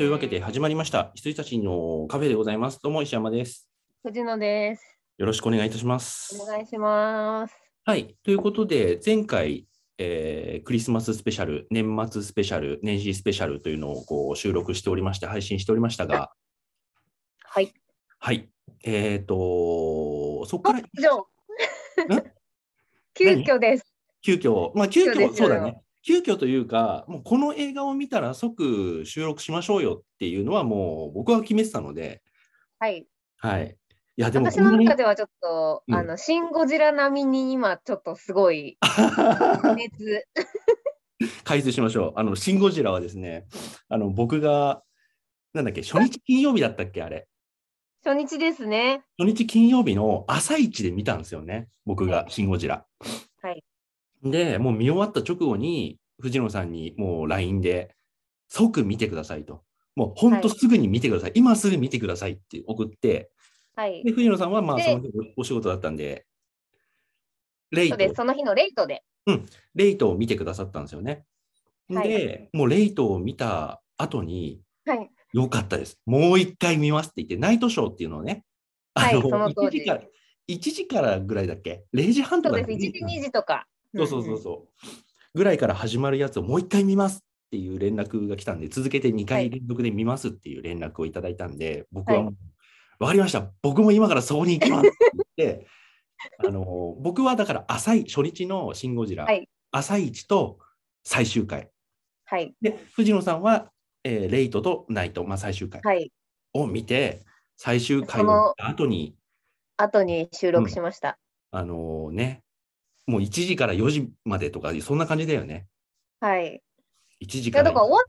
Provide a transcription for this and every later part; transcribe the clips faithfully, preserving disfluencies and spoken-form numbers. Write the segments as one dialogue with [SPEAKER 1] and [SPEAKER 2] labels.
[SPEAKER 1] というわけで始まりました。羊たちのカフェでございます。どうも石山です。
[SPEAKER 2] 藤野です。
[SPEAKER 1] よろしくお願いいたします。
[SPEAKER 2] お願いします。
[SPEAKER 1] はい。ということで、前回、えークリスマススペシャル、年末スペシャル、年始スペシャルというのをこう収録しておりまして、配信しておりましたが、
[SPEAKER 2] はい。
[SPEAKER 1] はい。えっ、と、そこから、ん
[SPEAKER 2] 以上、急
[SPEAKER 1] 何
[SPEAKER 2] 遽です。
[SPEAKER 1] 急遽、まあ急遽、
[SPEAKER 2] 急ですよ。
[SPEAKER 1] そうだね。急遽というか、もうこの映画を見たら即収録しましょうよっていうのはもう僕は決めてたので、
[SPEAKER 2] はい。
[SPEAKER 1] はい。いや、でも
[SPEAKER 2] 私の
[SPEAKER 1] こんなに、
[SPEAKER 2] 中ではちょっと、
[SPEAKER 1] うん。
[SPEAKER 2] あの、シン・ゴジラ並みに今、ちょっとすごい熱。
[SPEAKER 1] 解説しましょう。あの、シン・ゴジラはですね、あの、僕が、なんだっけ、初日金曜日だったっけ、あれ。
[SPEAKER 2] 初日ですね。
[SPEAKER 1] 初日金曜日の朝一で見たんですよね、僕が、
[SPEAKER 2] はい。
[SPEAKER 1] シン・ゴジラ。
[SPEAKER 2] はい。
[SPEAKER 1] で、もう見終わった直後に、藤野さんにもう ライン で、即見てくださいと。もう本
[SPEAKER 2] はい。
[SPEAKER 1] 当すぐに見てください。今すぐ見てくださいって送って、
[SPEAKER 2] はい。
[SPEAKER 1] で、藤野さんはまあその
[SPEAKER 2] で、
[SPEAKER 1] 日お仕事だったんで、レイト、
[SPEAKER 2] そうです。その日のレイトで。
[SPEAKER 1] うん、レイトを見てくださったんですよね。
[SPEAKER 2] はい。
[SPEAKER 1] で、もうレイトを見た後に、
[SPEAKER 2] はい。
[SPEAKER 1] よかったです。もう一回見ますって言って、ナイトショーっていうのをね、あの、
[SPEAKER 2] はい。その
[SPEAKER 1] 1
[SPEAKER 2] 当時。
[SPEAKER 1] 時から、いちじからぐらいだっけ？ れい 時半とかで
[SPEAKER 2] そうです。いちじ、
[SPEAKER 1] 見に行ったの。
[SPEAKER 2] にじとか。うん
[SPEAKER 1] そうそうそ
[SPEAKER 2] うん。
[SPEAKER 1] うそう。ぐらいから始まるやつをもう一回見ますっていう連絡が来たんで、続けて2
[SPEAKER 2] はい。
[SPEAKER 1] 回連続で見ますっていう連絡をいただいたんで、僕
[SPEAKER 2] はい。
[SPEAKER 1] はもう、わかりました。僕も今からそこに行きますって言って、あの、僕はだから朝い、初日のシン・ゴジラ、
[SPEAKER 2] はい。
[SPEAKER 1] 朝一と最終回。
[SPEAKER 2] はい。
[SPEAKER 1] で、藤野さんは、えーレイトとナイト、まあ、最終回
[SPEAKER 2] はい。
[SPEAKER 1] を見て、最終回を見
[SPEAKER 2] その
[SPEAKER 1] た後に、
[SPEAKER 2] 後に収
[SPEAKER 1] うん、
[SPEAKER 2] 録しました。
[SPEAKER 1] あのね、もういちじからよじまでとか、そんな感じだよね。
[SPEAKER 2] はい。
[SPEAKER 1] いちじ
[SPEAKER 2] いや、
[SPEAKER 1] から、
[SPEAKER 2] だから終わって、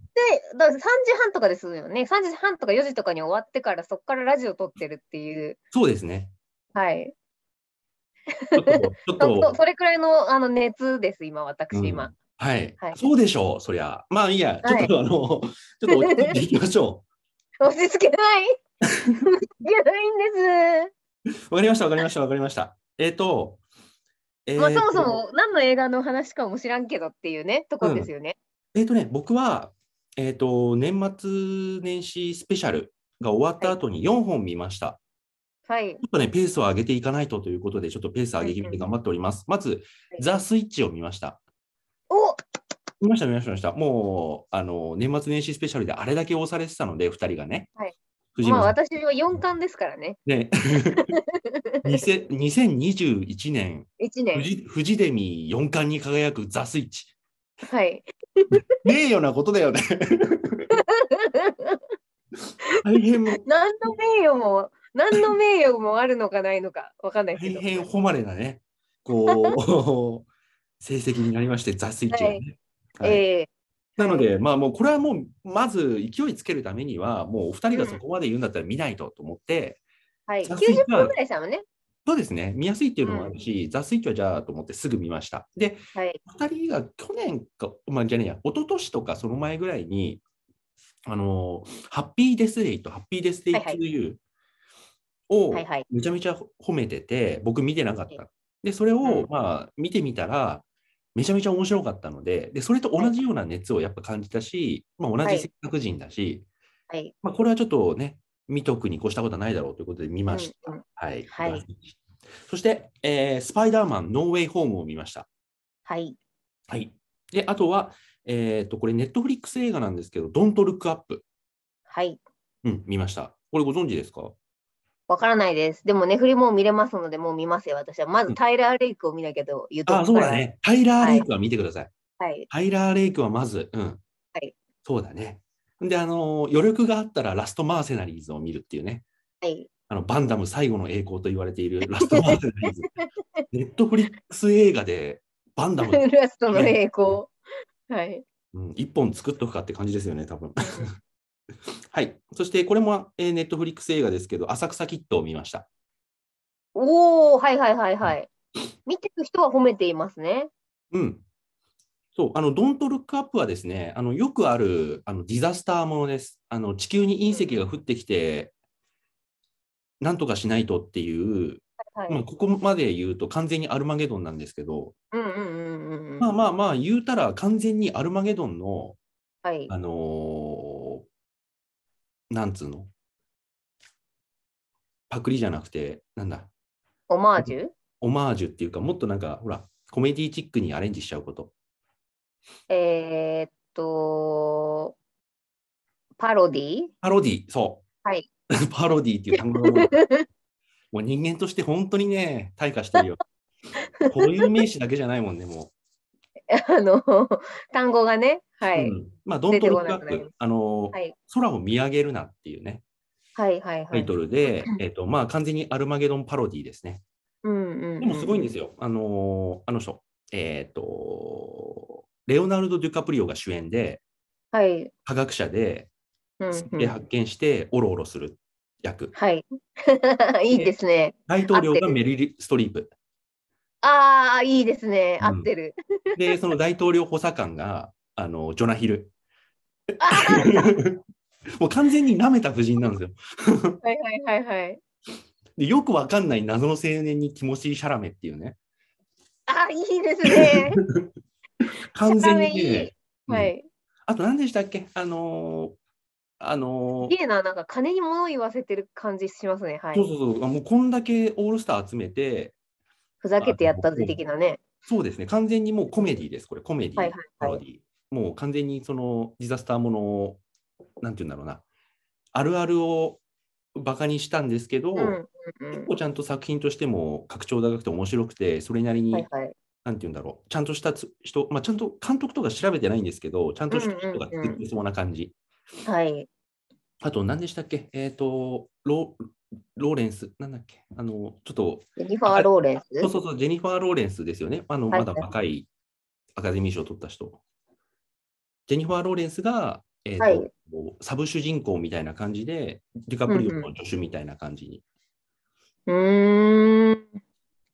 [SPEAKER 2] だからさんじはんとかですよね。さんじはんとかよじとかに終わってから、そこからラジオ撮ってるっていう。
[SPEAKER 1] そうですね。
[SPEAKER 2] はい。
[SPEAKER 1] ちょっと、ちょっ
[SPEAKER 2] そ、そ
[SPEAKER 1] と、
[SPEAKER 2] それくらいの、あの熱です、今、私、今。
[SPEAKER 1] うん。はい。
[SPEAKER 2] はい。
[SPEAKER 1] そうでしょう、そりゃ。まあいいや、ちょっ
[SPEAKER 2] はい。
[SPEAKER 1] とあの、ちょっと落ち着いていきましょ
[SPEAKER 2] 落ち着けない。落ち着けないんです。
[SPEAKER 1] う。わかりました、わかりました、わかりました。えっと、
[SPEAKER 2] まあ、そ
[SPEAKER 1] えっと、
[SPEAKER 2] もそも何の映画の話かも知らんけどっていうね、とこ
[SPEAKER 1] うん。
[SPEAKER 2] ですよね。
[SPEAKER 1] えっとね、僕は、えっと、年末年始スペシャルが終わっ
[SPEAKER 2] はい。
[SPEAKER 1] た後によんほん見ました。
[SPEAKER 2] はい。
[SPEAKER 1] ちょっとね、ペースを上げていかないとということで、ちょっとペース上
[SPEAKER 2] うんうん。
[SPEAKER 1] げ気味で頑張っております。まず、
[SPEAKER 2] はい、
[SPEAKER 1] ザ・スイッチを見ました。
[SPEAKER 2] お、
[SPEAKER 1] 見ました、見ました、見ました。もう、あの、年末年始スペシャルであれだけ押されてたので、ふたりがね、
[SPEAKER 2] はい。まあ、
[SPEAKER 1] 藤野さん。
[SPEAKER 2] 私はよんかんですからね。
[SPEAKER 1] ね、にせんにせんにじゅういちねん、
[SPEAKER 2] 1年。
[SPEAKER 1] フジフジデミよん冠に輝くザ・スイッチ。
[SPEAKER 2] はい。
[SPEAKER 1] 名誉なことだよね。大変も、
[SPEAKER 2] 何の名誉も、何の名誉もあるのかないのかわかんないですけ
[SPEAKER 1] 大
[SPEAKER 2] ど。
[SPEAKER 1] 変誉れなね、こう、成績になりまして、ザ・スイッチ
[SPEAKER 2] はい。
[SPEAKER 1] がね。はい。
[SPEAKER 2] ええ、はい。
[SPEAKER 1] なので、まあもう、これはもう、まず勢いつけるためには、もうお二人
[SPEAKER 2] うん。
[SPEAKER 1] がそこまで言うんだったら見ないとと思って、
[SPEAKER 2] はい。
[SPEAKER 1] ザ・ス
[SPEAKER 2] 90分ぐ
[SPEAKER 1] イッチは、
[SPEAKER 2] らいでしたもんね。
[SPEAKER 1] そうですね、見やすいっていうのもあ
[SPEAKER 2] うん。
[SPEAKER 1] るし、ザ・スイッチはじゃあと思ってすぐ見ました。で、
[SPEAKER 2] はい。
[SPEAKER 1] ふたりが去年か、まあ、じゃねえや、一昨年とかその前ぐらいに、あの、ハッピーデスデイとハッピーデスデイ
[SPEAKER 2] はいはい。
[SPEAKER 1] ツーユー を
[SPEAKER 2] はいはい。
[SPEAKER 1] めちゃめちゃ褒めてて、僕見てなかった。で、それを
[SPEAKER 2] うん。
[SPEAKER 1] まあ見てみたら、めちゃめちゃ面白かったので、で、それと
[SPEAKER 2] はい。
[SPEAKER 1] 同じような熱をやっぱ感じたし、まあ、同
[SPEAKER 2] はい。
[SPEAKER 1] じ性格人だし、
[SPEAKER 2] はい。
[SPEAKER 1] まあ、これはちょっとね、見とくに越したことはないだろうということで見
[SPEAKER 2] うん。
[SPEAKER 1] ました。
[SPEAKER 2] うん。
[SPEAKER 1] はい。
[SPEAKER 2] はい。
[SPEAKER 1] そして、えースパイダーマンノーウェイホームを見ました。
[SPEAKER 2] はい。
[SPEAKER 1] はい。で、あとは、えっと、これ、ネットフリックス映画なんですけど、ドントルックアップ。
[SPEAKER 2] はい。
[SPEAKER 1] うん、見ました。これご存知ですか？
[SPEAKER 2] わからないです。でも、ネフリもう見れますので、もう見ますよ、私は。まず、
[SPEAKER 1] うん。
[SPEAKER 2] タイラー・レイクを見なきゃというと
[SPEAKER 1] ああ、
[SPEAKER 2] こから。
[SPEAKER 1] そうだね。タイラー・レ
[SPEAKER 2] はい。
[SPEAKER 1] イクは見てください。
[SPEAKER 2] はい。
[SPEAKER 1] タイラー・レイクはまず、うん、
[SPEAKER 2] はい。
[SPEAKER 1] そうだね。で、あの、余力があったら、ラスト・マーセナリーズを見るっていうね。
[SPEAKER 2] はい。
[SPEAKER 1] あの、バンダム最後の栄光と言われているラスト・マーセナリーズ。ネットフリックス映画で、バンダム、
[SPEAKER 2] ラストの
[SPEAKER 1] ね、
[SPEAKER 2] 栄光。はい。
[SPEAKER 1] うん、一本作っとくかって感じですよね、多分。
[SPEAKER 2] うん。
[SPEAKER 1] はい。そして、これも、えー、ネットフリックス映画ですけど、浅草キッドを見ました。
[SPEAKER 2] おー、はいはいはいはい。見てる人は褒めていますね。
[SPEAKER 1] うん。そう、あの、ドントルックアップはですね、あの、よくある、あの、ディザスターものです。あの、地球に隕
[SPEAKER 2] うん。
[SPEAKER 1] 石が降ってきて、なんとかしないとっていう、まあ、
[SPEAKER 2] はい。
[SPEAKER 1] ここまで言うと完全にアルマゲドンなんですけど、
[SPEAKER 2] うんうんうんうんうん。
[SPEAKER 1] まあまあまあ、言うたら完全にアルマゲドンの、
[SPEAKER 2] はい。
[SPEAKER 1] あのーなんつうの、パクリじゃなくて、なんだ、
[SPEAKER 2] オマージュ
[SPEAKER 1] オマージュっていうか、もっとなんか、ほら、コメディチックにアレンジしちゃうこと。
[SPEAKER 2] えーっと、パロディ
[SPEAKER 1] パロディ、そ
[SPEAKER 2] はい。
[SPEAKER 1] う。パロディっていう単語がもう、もう人間として本当にね、退化してるよ。固有名詞だけじゃないもんね、も
[SPEAKER 2] あの、単語がね、は
[SPEAKER 1] う。う
[SPEAKER 2] い。
[SPEAKER 1] ん。まあ、ドントルッ
[SPEAKER 2] 出てこな
[SPEAKER 1] クアップ、
[SPEAKER 2] くなります。
[SPEAKER 1] あの、
[SPEAKER 2] はい。
[SPEAKER 1] 空を見上げるなっていうね、
[SPEAKER 2] はい、はい、はい。
[SPEAKER 1] タイトルで、えっと、まあ、完全にアルマゲドンパロディですね。
[SPEAKER 2] うん、うん、
[SPEAKER 1] でもすごいん
[SPEAKER 2] うん。
[SPEAKER 1] ですよ。あの、あの人、えっと、レオナルド・デュカプリオが主演で、
[SPEAKER 2] はい。
[SPEAKER 1] 科学者で、
[SPEAKER 2] うん、うん。
[SPEAKER 1] で発見してオロオロする役。
[SPEAKER 2] はい。いいで
[SPEAKER 1] で、
[SPEAKER 2] すね。
[SPEAKER 1] 大統領
[SPEAKER 2] 合ってる。
[SPEAKER 1] がメリル・ストリープ。
[SPEAKER 2] ああ、いいですね。合
[SPEAKER 1] うん、
[SPEAKER 2] ってる。
[SPEAKER 1] で、その大統領補佐官が、あの、ジョナヒル。
[SPEAKER 2] ああ、
[SPEAKER 1] もう完全に舐めた夫人なんですよ。
[SPEAKER 2] はい、はい、はい、はい。
[SPEAKER 1] で、よくわかんない謎の青年にティモシー・シャラメっていうね。
[SPEAKER 2] ああ、いいですね。シャラ
[SPEAKER 1] 完全
[SPEAKER 2] メいい。
[SPEAKER 1] にね、うん。
[SPEAKER 2] はい。
[SPEAKER 1] あと何でしたっけ、あのーあのー
[SPEAKER 2] すげえな、なんか金に物言わせてる感じしますね。はい。
[SPEAKER 1] そうそうそう、もうこんだけオールスター集めて、
[SPEAKER 2] ふざけ
[SPEAKER 1] あの
[SPEAKER 2] てやったぜ
[SPEAKER 1] もう
[SPEAKER 2] 的なね。
[SPEAKER 1] そうですね、完全にもうコメディです、これ、コメデ
[SPEAKER 2] はい、
[SPEAKER 1] ィ、
[SPEAKER 2] はい、はい。
[SPEAKER 1] パロディ。もう完全にそのディザスターものを、なんていうんだろうな、あるあるをバカにしたんですけ
[SPEAKER 2] うん、
[SPEAKER 1] ど、
[SPEAKER 2] うん、うん。
[SPEAKER 1] 結構ちゃんと作品としても格調高くて面白くて、それなりに、
[SPEAKER 2] はい、はい。
[SPEAKER 1] なんていうんだろう、ちゃんとしたつ人、まあ、ちゃんと監督とか調べてないんですけど、ちゃん
[SPEAKER 2] うん、
[SPEAKER 1] とした人が
[SPEAKER 2] うん、うん。
[SPEAKER 1] 作ってそうな感じ。
[SPEAKER 2] はい。
[SPEAKER 1] あと、何でしたっけ、えっ、とロ、ローレンス、なんだっけ、あの、ちょっと、
[SPEAKER 2] ジェニファー・
[SPEAKER 1] 赤
[SPEAKER 2] ローレンス
[SPEAKER 1] そうそうそう、ジェニファー・ローレンスですよね。あの、
[SPEAKER 2] はい、
[SPEAKER 1] まだ
[SPEAKER 2] はい。
[SPEAKER 1] 若いアカデミー賞を取った人。ジェニファー・ローレンスが、えっ、と、
[SPEAKER 2] はい。
[SPEAKER 1] サブ主人公みたいな感じで、デュカ
[SPEAKER 2] うん、
[SPEAKER 1] プリオ
[SPEAKER 2] う
[SPEAKER 1] の助手みたいな感じに。
[SPEAKER 2] ん。うーん。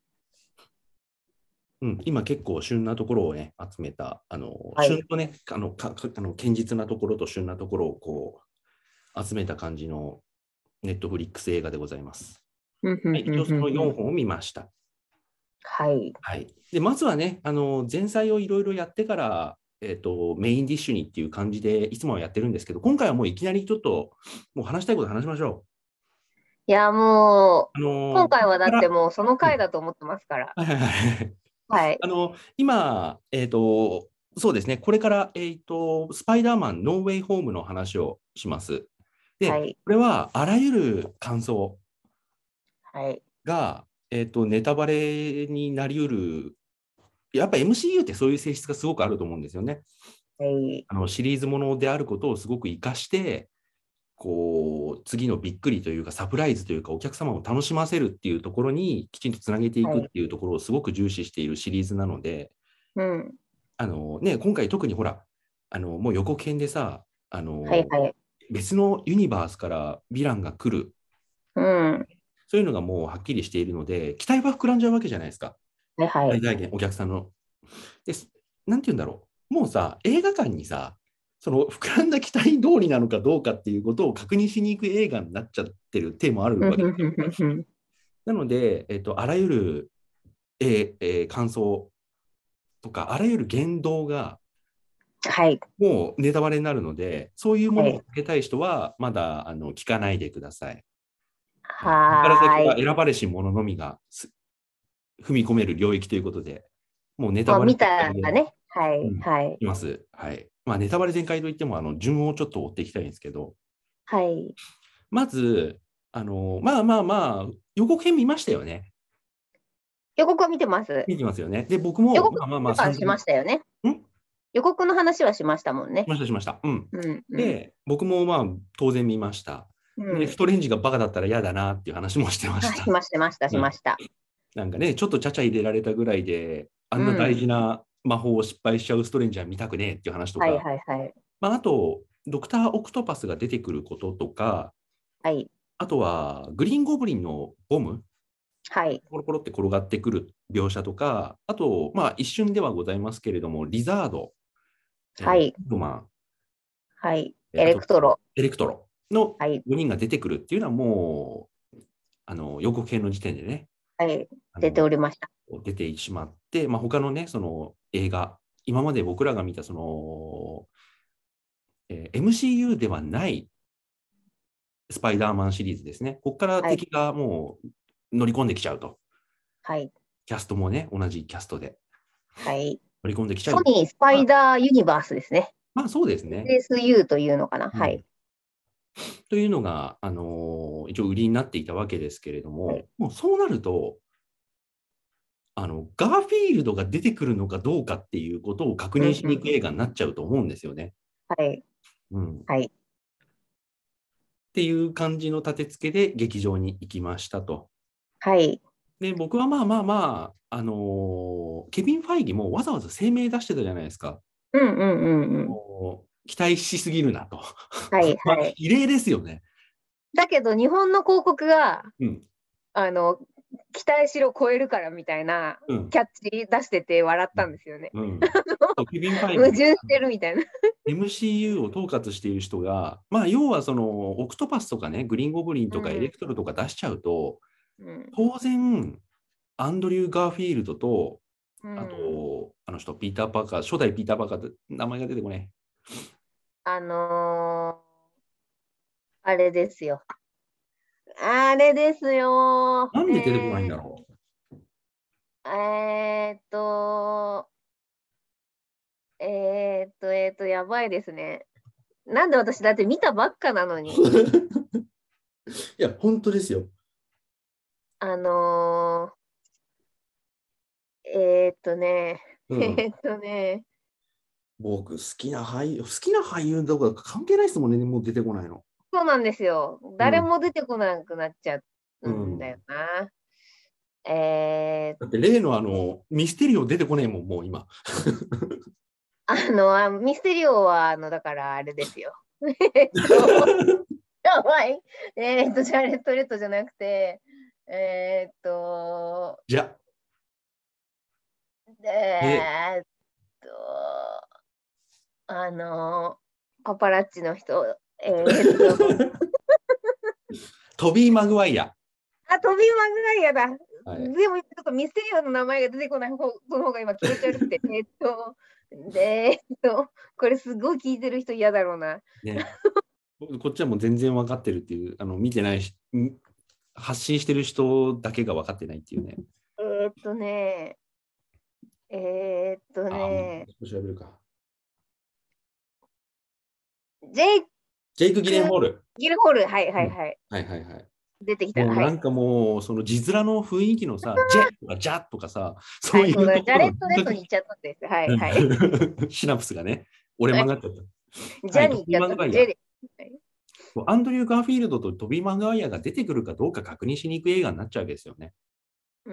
[SPEAKER 1] うん、今結構旬なところをね、集めた、あの、
[SPEAKER 2] はい。
[SPEAKER 1] 旬とね、あの、かかあの堅実なところと旬なところをこう、集めた感じのネットフリックス映画でございます。
[SPEAKER 2] うん、うん、
[SPEAKER 1] はい、
[SPEAKER 2] うん、
[SPEAKER 1] 一応その
[SPEAKER 2] うん。うん
[SPEAKER 1] よんほんを見ました。
[SPEAKER 2] はい。
[SPEAKER 1] はい。で、まずはね、あの、前菜をいろいろやってから、えっと、メインディッシュにっていう感じで、いつもはやってるんですけど、今回はもういきなりちょっと、もう話したいこと話しましょ
[SPEAKER 2] いや、も
[SPEAKER 1] う。あ
[SPEAKER 2] う、今
[SPEAKER 1] の、こ
[SPEAKER 2] 回はだって
[SPEAKER 1] こから、
[SPEAKER 2] もうその
[SPEAKER 1] うん、
[SPEAKER 2] 回だと思ってますから。
[SPEAKER 1] はいはいはい。
[SPEAKER 2] はい。
[SPEAKER 1] あの、今、えっと、そうですね、これから、えっと、スパイダーマン、ノーウェイホームの話をします。で、
[SPEAKER 2] はい。
[SPEAKER 1] これはあらゆる感想
[SPEAKER 2] はい。
[SPEAKER 1] が、えっと、ネタバレになりうる、やっぱ エムシーユー ってそういう性質がすごくあると思うんですよね。
[SPEAKER 2] はい。
[SPEAKER 1] あのシリーズものであることをすごく活かして、こう、次のびっくりというか、サプライズというか、お客様を楽しませるっていうところにきちんとつなげてい
[SPEAKER 2] はい。
[SPEAKER 1] くっていうところをすごく重視しているシリーズなので、
[SPEAKER 2] うん。
[SPEAKER 1] あのね、今回特にほら、あのもう予告編でさ、あ
[SPEAKER 2] はい。
[SPEAKER 1] の
[SPEAKER 2] はい。
[SPEAKER 1] 別のユニバースからヴィランが来る、
[SPEAKER 2] うん。
[SPEAKER 1] そういうのがもうはっきりしているので、期待は膨らんじゃうわけじゃないですか、
[SPEAKER 2] はい。はい。
[SPEAKER 1] 最大限、お客さんの。です。なんて言うんだろう。もうさ、映画館にさ、その膨らんだ期待通りなのかどうかっていうことを確認しに行く映画になっちゃってるテーマある
[SPEAKER 2] うん。
[SPEAKER 1] わけですよ。
[SPEAKER 2] うん。うん。うん
[SPEAKER 1] なので、えっと、あらゆる、えーえー感想とか、あらゆる言動が
[SPEAKER 2] はい。
[SPEAKER 1] もうネタバレになるので、そういうも
[SPEAKER 2] はい。
[SPEAKER 1] のを避けたい人は、まだあの聞かないでください。はい、ここから先
[SPEAKER 2] はーい。
[SPEAKER 1] は選ばれし者のみが踏み込める領域ということで、もうネタ
[SPEAKER 2] まあ、
[SPEAKER 1] バレ
[SPEAKER 2] 見た
[SPEAKER 1] 全開で、
[SPEAKER 2] らね。はい。
[SPEAKER 1] うん、
[SPEAKER 2] はい。
[SPEAKER 1] います。はい。まあ、ネタバレ全開といっても、あの順をちょっと追っていきたいんですけど、
[SPEAKER 2] はい。
[SPEAKER 1] まず、あのまあまあまあ、予告編見ましたよね。
[SPEAKER 2] 予告は見てます。
[SPEAKER 1] 見てますよね。で、僕も、
[SPEAKER 2] 予告
[SPEAKER 1] まあまあまあ、
[SPEAKER 2] はしま
[SPEAKER 1] 散々、
[SPEAKER 2] したよね。
[SPEAKER 1] んし
[SPEAKER 2] 予告の話はしましたもんね。
[SPEAKER 1] ました、しました。うん。
[SPEAKER 2] うん。うん。
[SPEAKER 1] で、僕もまあ、当然見ました。で、ス
[SPEAKER 2] うん。
[SPEAKER 1] トレンジがバカだったら嫌だなっていう話もしてまし
[SPEAKER 2] はい。し
[SPEAKER 1] た。
[SPEAKER 2] ました、しました、し
[SPEAKER 1] うん。
[SPEAKER 2] ました。
[SPEAKER 1] なんかね、ちょっとちゃちゃ入れられたぐらいで、あんな大
[SPEAKER 2] うん。
[SPEAKER 1] 事な魔法を失敗しちゃうストレンジは見たくねえっていう話と
[SPEAKER 2] はい。
[SPEAKER 1] か、
[SPEAKER 2] はい。はい。
[SPEAKER 1] まあ、あと、ドクター・オクトパスが出てくることとか、
[SPEAKER 2] はい。
[SPEAKER 1] あとは、グリーン・ゴブリンのボム、
[SPEAKER 2] はい。
[SPEAKER 1] コロコロって転がってくる描写とか、あと、まあ、一瞬ではございますけれども、リザード、えー、
[SPEAKER 2] はい。
[SPEAKER 1] ヒューマン、
[SPEAKER 2] はい。エ
[SPEAKER 1] えーあと、
[SPEAKER 2] レクトロ。
[SPEAKER 1] エレクトロの
[SPEAKER 2] はい。
[SPEAKER 1] よにんが出てくるっていうのは、もう、あの予告編の時点でね、
[SPEAKER 2] はい。出て
[SPEAKER 1] あの
[SPEAKER 2] おりました。
[SPEAKER 1] 出てしまって、まあ、他のね、その映画、今まで僕らが見たその、えー エムシーユー ではないスパイダーマンシリーズですね。ここから
[SPEAKER 2] はい。
[SPEAKER 1] 敵がもう乗り込んできちゃうと。
[SPEAKER 2] はい。
[SPEAKER 1] キャストもね、同じキャストで
[SPEAKER 2] はい。
[SPEAKER 1] 乗り込んできちゃう。
[SPEAKER 2] ソニースパ
[SPEAKER 1] まあ、
[SPEAKER 2] イダーユニバースですね。
[SPEAKER 1] まあそうですね。
[SPEAKER 2] エスエスユー というのかな。
[SPEAKER 1] うん。
[SPEAKER 2] はい。
[SPEAKER 1] というのが、あのー一応売りになっていたわけですけれど
[SPEAKER 2] はい。
[SPEAKER 1] も、もうそうなると、あの、ガーフィールドが出てくるのかどうかっていうことを確
[SPEAKER 2] うん
[SPEAKER 1] 認しに行く
[SPEAKER 2] うん。
[SPEAKER 1] 映画になっちゃうと思うんですよね。
[SPEAKER 2] はい。
[SPEAKER 1] うん。っ
[SPEAKER 2] はい。
[SPEAKER 1] ていう感じの立て付けで劇場に行きましたと。
[SPEAKER 2] はい。
[SPEAKER 1] で、僕はまあまあまあ、あのーケビン・ファイギもわざわざ声明出してたじゃないですか。
[SPEAKER 2] うんうんうんうん。
[SPEAKER 1] もう期待しすぎるなと。
[SPEAKER 2] はい。
[SPEAKER 1] まあ、
[SPEAKER 2] はい。
[SPEAKER 1] 異例ですよね。
[SPEAKER 2] だけど、日本の広告が、
[SPEAKER 1] うん。
[SPEAKER 2] あの、期待しろ超えるからみたいな
[SPEAKER 1] うん。
[SPEAKER 2] キャッチ出してて笑ったんですよね。
[SPEAKER 1] うん。そうケビン・ファイギ
[SPEAKER 2] 矛盾してるみたいな。
[SPEAKER 1] エムシーユー を統括している人が、まあ、要はそのオクトパスとかね、グリーンゴブリンとかエレ
[SPEAKER 2] うん。
[SPEAKER 1] クトロとか出しちゃうと、
[SPEAKER 2] うん。
[SPEAKER 1] 当然、アンドリュー・ガーフィールドと、あ
[SPEAKER 2] うん。
[SPEAKER 1] と、あの人、ピーター・パーカー、初代ピーター・パーカーって名前が出てこない。
[SPEAKER 2] あのーあれですよ。あれですよ。
[SPEAKER 1] なんで出てこないん
[SPEAKER 2] え
[SPEAKER 1] だろ
[SPEAKER 2] ー、えーっと、えーっと、えーっと、やばいですね。なんで私だって見たばっかなの
[SPEAKER 1] う。
[SPEAKER 2] に。
[SPEAKER 1] いや、本当ですよ。
[SPEAKER 2] あのー、えーっとね、
[SPEAKER 1] うん。
[SPEAKER 2] えーっとね、
[SPEAKER 1] 僕、好きな俳優、好きな俳優どころか関係ないですもんね、もう出てこないの。
[SPEAKER 2] そうなんですよ。
[SPEAKER 1] うん。
[SPEAKER 2] 誰も出てこなくなっちゃ
[SPEAKER 1] う
[SPEAKER 2] うんだよ
[SPEAKER 1] ん。
[SPEAKER 2] な。えー、
[SPEAKER 1] だって、例のあの、ミステリオ出てこねえもん、もう今。
[SPEAKER 2] あの、あミステリオは、あの、だからあれですよ。えっと、やばい。えーっと、ジャレット・レッドじゃなくて、えーっと、
[SPEAKER 1] じゃ、え、
[SPEAKER 2] えーっと、あの、パパラッチの人、えーっと、
[SPEAKER 1] トビー・マグワイア。
[SPEAKER 2] あ、トビー・マグワイアだ。
[SPEAKER 1] はい。
[SPEAKER 2] でも、ちょっとミステリオの名前が出てこない方その方が今気持ち悪くて、えーっと、で、えーっと、これすごい聞いてる人嫌だろうな。
[SPEAKER 1] ね。こっちはもう全然分かってるっていう、あの見てないし、ん発信してる人だけが分かってないっていうね。
[SPEAKER 2] えーっとね、えーっと
[SPEAKER 1] ああ、も
[SPEAKER 2] ね、
[SPEAKER 1] う調べるか。
[SPEAKER 2] ジェイ
[SPEAKER 1] ジェイク・ギレン
[SPEAKER 2] ク・
[SPEAKER 1] ホール。
[SPEAKER 2] ギルホール、はいは
[SPEAKER 1] うん。
[SPEAKER 2] いはい。
[SPEAKER 1] はいはいはい。
[SPEAKER 2] 出てきた。はい。
[SPEAKER 1] もうなんかもう、その字面の雰囲気のさ、ジェとかジャとかさ、そ
[SPEAKER 2] はい、
[SPEAKER 1] うい
[SPEAKER 2] そうだ。
[SPEAKER 1] うところの
[SPEAKER 2] ジャレット・レッドに行っちゃったんです。はいはい。
[SPEAKER 1] うんシナプスがね、折れ曲がっちゃった。はい、
[SPEAKER 2] ジャに行っ
[SPEAKER 1] トビー・
[SPEAKER 2] ちゃったんで、
[SPEAKER 1] マグワイア。
[SPEAKER 2] ジェで。はい、
[SPEAKER 1] アンドリュー・ガーフィールドとトビー・マグワイアが出てくるかどうか確認しに行く映画になっちゃうわけですよね。
[SPEAKER 2] うん。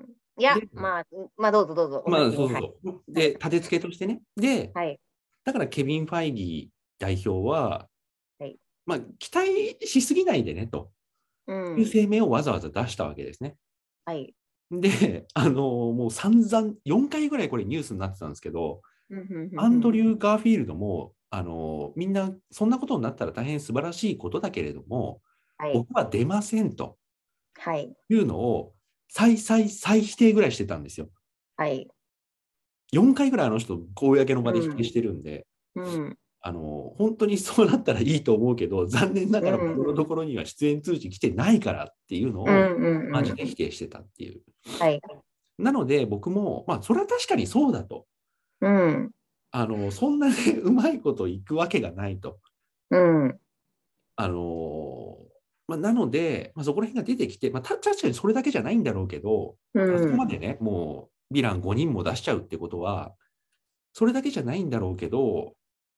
[SPEAKER 2] いや、
[SPEAKER 1] で、
[SPEAKER 2] まあ、まあ、どうぞどうぞ、お
[SPEAKER 1] まあ、
[SPEAKER 2] 先に。はい。
[SPEAKER 1] そうそうそう。で、立て付けとしてね。で、
[SPEAKER 2] はい。
[SPEAKER 1] だからケビン・ファイギー代表は、
[SPEAKER 2] はい。
[SPEAKER 1] まあ、期待しすぎないでねと
[SPEAKER 2] う
[SPEAKER 1] いう
[SPEAKER 2] ん。
[SPEAKER 1] 声明をわざわざ出したわけですね。
[SPEAKER 2] はい。
[SPEAKER 1] で、あのもう散々、よんかいぐらいこれニュースになってたんですけど、
[SPEAKER 2] うんうんうん
[SPEAKER 1] アンド
[SPEAKER 2] うん。
[SPEAKER 1] リュー・ガーフィールドも、あのみんなそんなことになったら大変素晴らしいことだけれども、
[SPEAKER 2] はい。
[SPEAKER 1] 僕は出ませんと
[SPEAKER 2] はい。
[SPEAKER 1] いうのを再再再否定ぐらいしてたんですよ。
[SPEAKER 2] はい。
[SPEAKER 1] よんかいぐらいあの人、公の場で否定
[SPEAKER 2] うん。
[SPEAKER 1] してるんで、
[SPEAKER 2] うん。
[SPEAKER 1] あの本当にそうなったらいいと思うけど、残念な
[SPEAKER 2] う
[SPEAKER 1] がら僕のと
[SPEAKER 2] ん。
[SPEAKER 1] ころには出演通知来てないからっていうのを、
[SPEAKER 2] うん。うん。
[SPEAKER 1] マジで
[SPEAKER 2] うん。
[SPEAKER 1] 否定してたっていう。
[SPEAKER 2] はい。
[SPEAKER 1] なので、僕も、まあ、それは確かにそうだと。
[SPEAKER 2] うん。
[SPEAKER 1] あのそんなね、うまいこといくわけがないと。
[SPEAKER 2] うん。
[SPEAKER 1] あのまあ、なので、まあ、そこら辺が出てきて、まあ、た確かにそれだけじゃないんだろうけど、
[SPEAKER 2] う
[SPEAKER 1] あそこま
[SPEAKER 2] ん。
[SPEAKER 1] でね、もう、ヴィランごにんも出しちゃうってことは、それだけじゃないんだろうけど、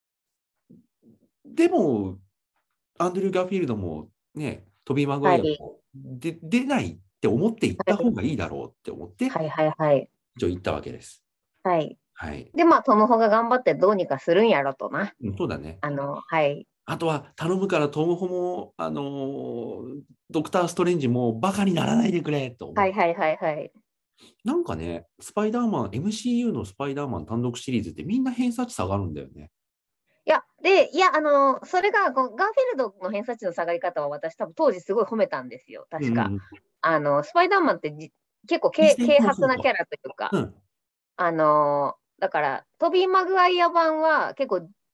[SPEAKER 1] でも、アンドリュー・ガーフィールドもね、トビー・マグワ
[SPEAKER 2] はい。
[SPEAKER 1] イアもで出ないって思って行った方がいいだろうって思って、
[SPEAKER 2] はい。はい。はい。
[SPEAKER 1] 一応行ったわけです。
[SPEAKER 2] はい。
[SPEAKER 1] はい。
[SPEAKER 2] で、まあ、トムホが頑張ってどうにかするんやろとな。
[SPEAKER 1] うん、そうだね。
[SPEAKER 2] あの、はい。
[SPEAKER 1] あとは、頼むからトム・ホも、あのードクター・ストレンジもバカにならないでくれと思って。
[SPEAKER 2] はいはいはいはい。
[SPEAKER 1] なんかね、スパイダーマン、エムシーユー のスパイダーマン単独シリーズってみんな偏差値下がるんだよね。
[SPEAKER 2] いや、で、いや、あの、それがこう、ガーフィールドの偏差値の下がり方は私多分当時すごい褒めたんですよ。確か。
[SPEAKER 1] うんうん。
[SPEAKER 2] あの、スパイダーマンってじ結構軽、
[SPEAKER 1] 実際
[SPEAKER 2] 軽
[SPEAKER 1] そうそうそ
[SPEAKER 2] 薄なキャラというか、
[SPEAKER 1] う。うん。
[SPEAKER 2] あの、だから、トビー・マグワイア版は結構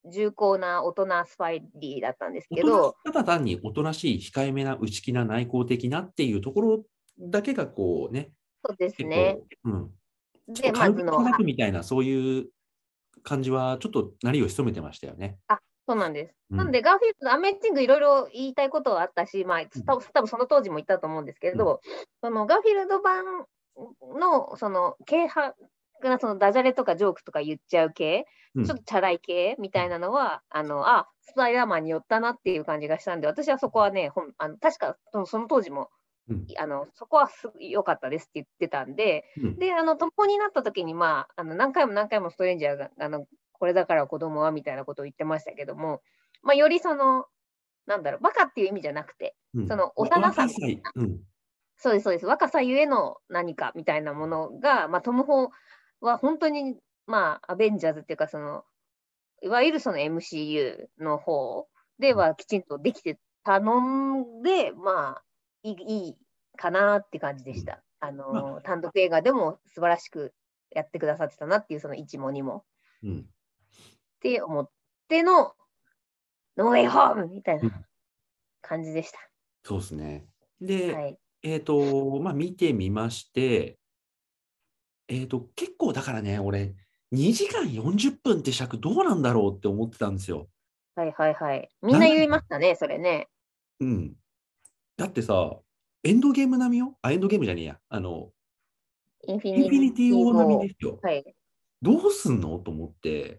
[SPEAKER 2] 重厚な大人スパイリーだったんです
[SPEAKER 1] 大人
[SPEAKER 2] けど、
[SPEAKER 1] ただ単におとなしい、控えめな、内気な、内向的なっていうところだけがこうね、
[SPEAKER 2] そうです
[SPEAKER 1] 結
[SPEAKER 2] ね。
[SPEAKER 1] 構、うん、ちょっ
[SPEAKER 2] で、
[SPEAKER 1] と軽く
[SPEAKER 2] まずの、
[SPEAKER 1] 叩くみたいな、そういう感じは、ちょっとなりを潜めてましたよね。
[SPEAKER 2] あ、そうなんです。
[SPEAKER 1] うん、
[SPEAKER 2] なんで、ガーフィールド、アメージングいろいろ言いたいことはあったし、まあ、
[SPEAKER 1] うん、
[SPEAKER 2] た多分その当時も言ったと思うんですけ
[SPEAKER 1] うん、
[SPEAKER 2] ど、そのガーフィールド版の、その、軽派が、そのダジャレとかジョークとか言っちゃう系、
[SPEAKER 1] うん、
[SPEAKER 2] ちょっとチャラい系みたいなのは、あの、あ、スパイダーマンに寄ったなっていう感じがしたんで、私はそこはね、ほんあの確かそのその当時も、
[SPEAKER 1] うん、
[SPEAKER 2] あのそこはす良かったですって言ってたんで、
[SPEAKER 1] うん、
[SPEAKER 2] で、あの、友になった時に、まあ、あの何回も何回もストレンジャーが、あの、これだから子供はみたいなことを言ってましたけども、まあ、よりその、なんだろう、バカっていう意味じゃなくて、
[SPEAKER 1] うん。
[SPEAKER 2] その
[SPEAKER 1] わ
[SPEAKER 2] 幼さ、
[SPEAKER 1] 若さい、うん、
[SPEAKER 2] そうです、そうです、若さゆえの何かみたいなものが、まあ、トム・ホーは本当に、まあ、アベンジャーズっていうか、その、いわゆるその エムシーユー の方ではきちんとできてたので、まあ、いいいいかなって感じで
[SPEAKER 1] うん。
[SPEAKER 2] した。あ
[SPEAKER 1] まあ、
[SPEAKER 2] の、単独映画でも素晴らしくやってくださってたなっていう、そのいちもにも。
[SPEAKER 1] うん、
[SPEAKER 2] って思っての、ノーウェイホームみたいな
[SPEAKER 1] うん、
[SPEAKER 2] 感じでした。
[SPEAKER 1] そうですね。で、
[SPEAKER 2] はい。
[SPEAKER 1] えっと、まあ、見てみまして、えっと、結構だからね、俺、にじかんよんじゅっぷんって尺どうなんだろうって思ってたんですよ。
[SPEAKER 2] はいはいはい。みんな言いま
[SPEAKER 1] 長いな。
[SPEAKER 2] したね、それね。
[SPEAKER 1] うん。だってさ、エンドゲーム並みよ。あ、エンドゲームじゃねえや。あの、
[SPEAKER 2] インフィ
[SPEAKER 1] インフィニティ・ウォー並み
[SPEAKER 2] ニティウォ
[SPEAKER 1] ですよ。
[SPEAKER 2] ー。はい。
[SPEAKER 1] どうすんのと思って、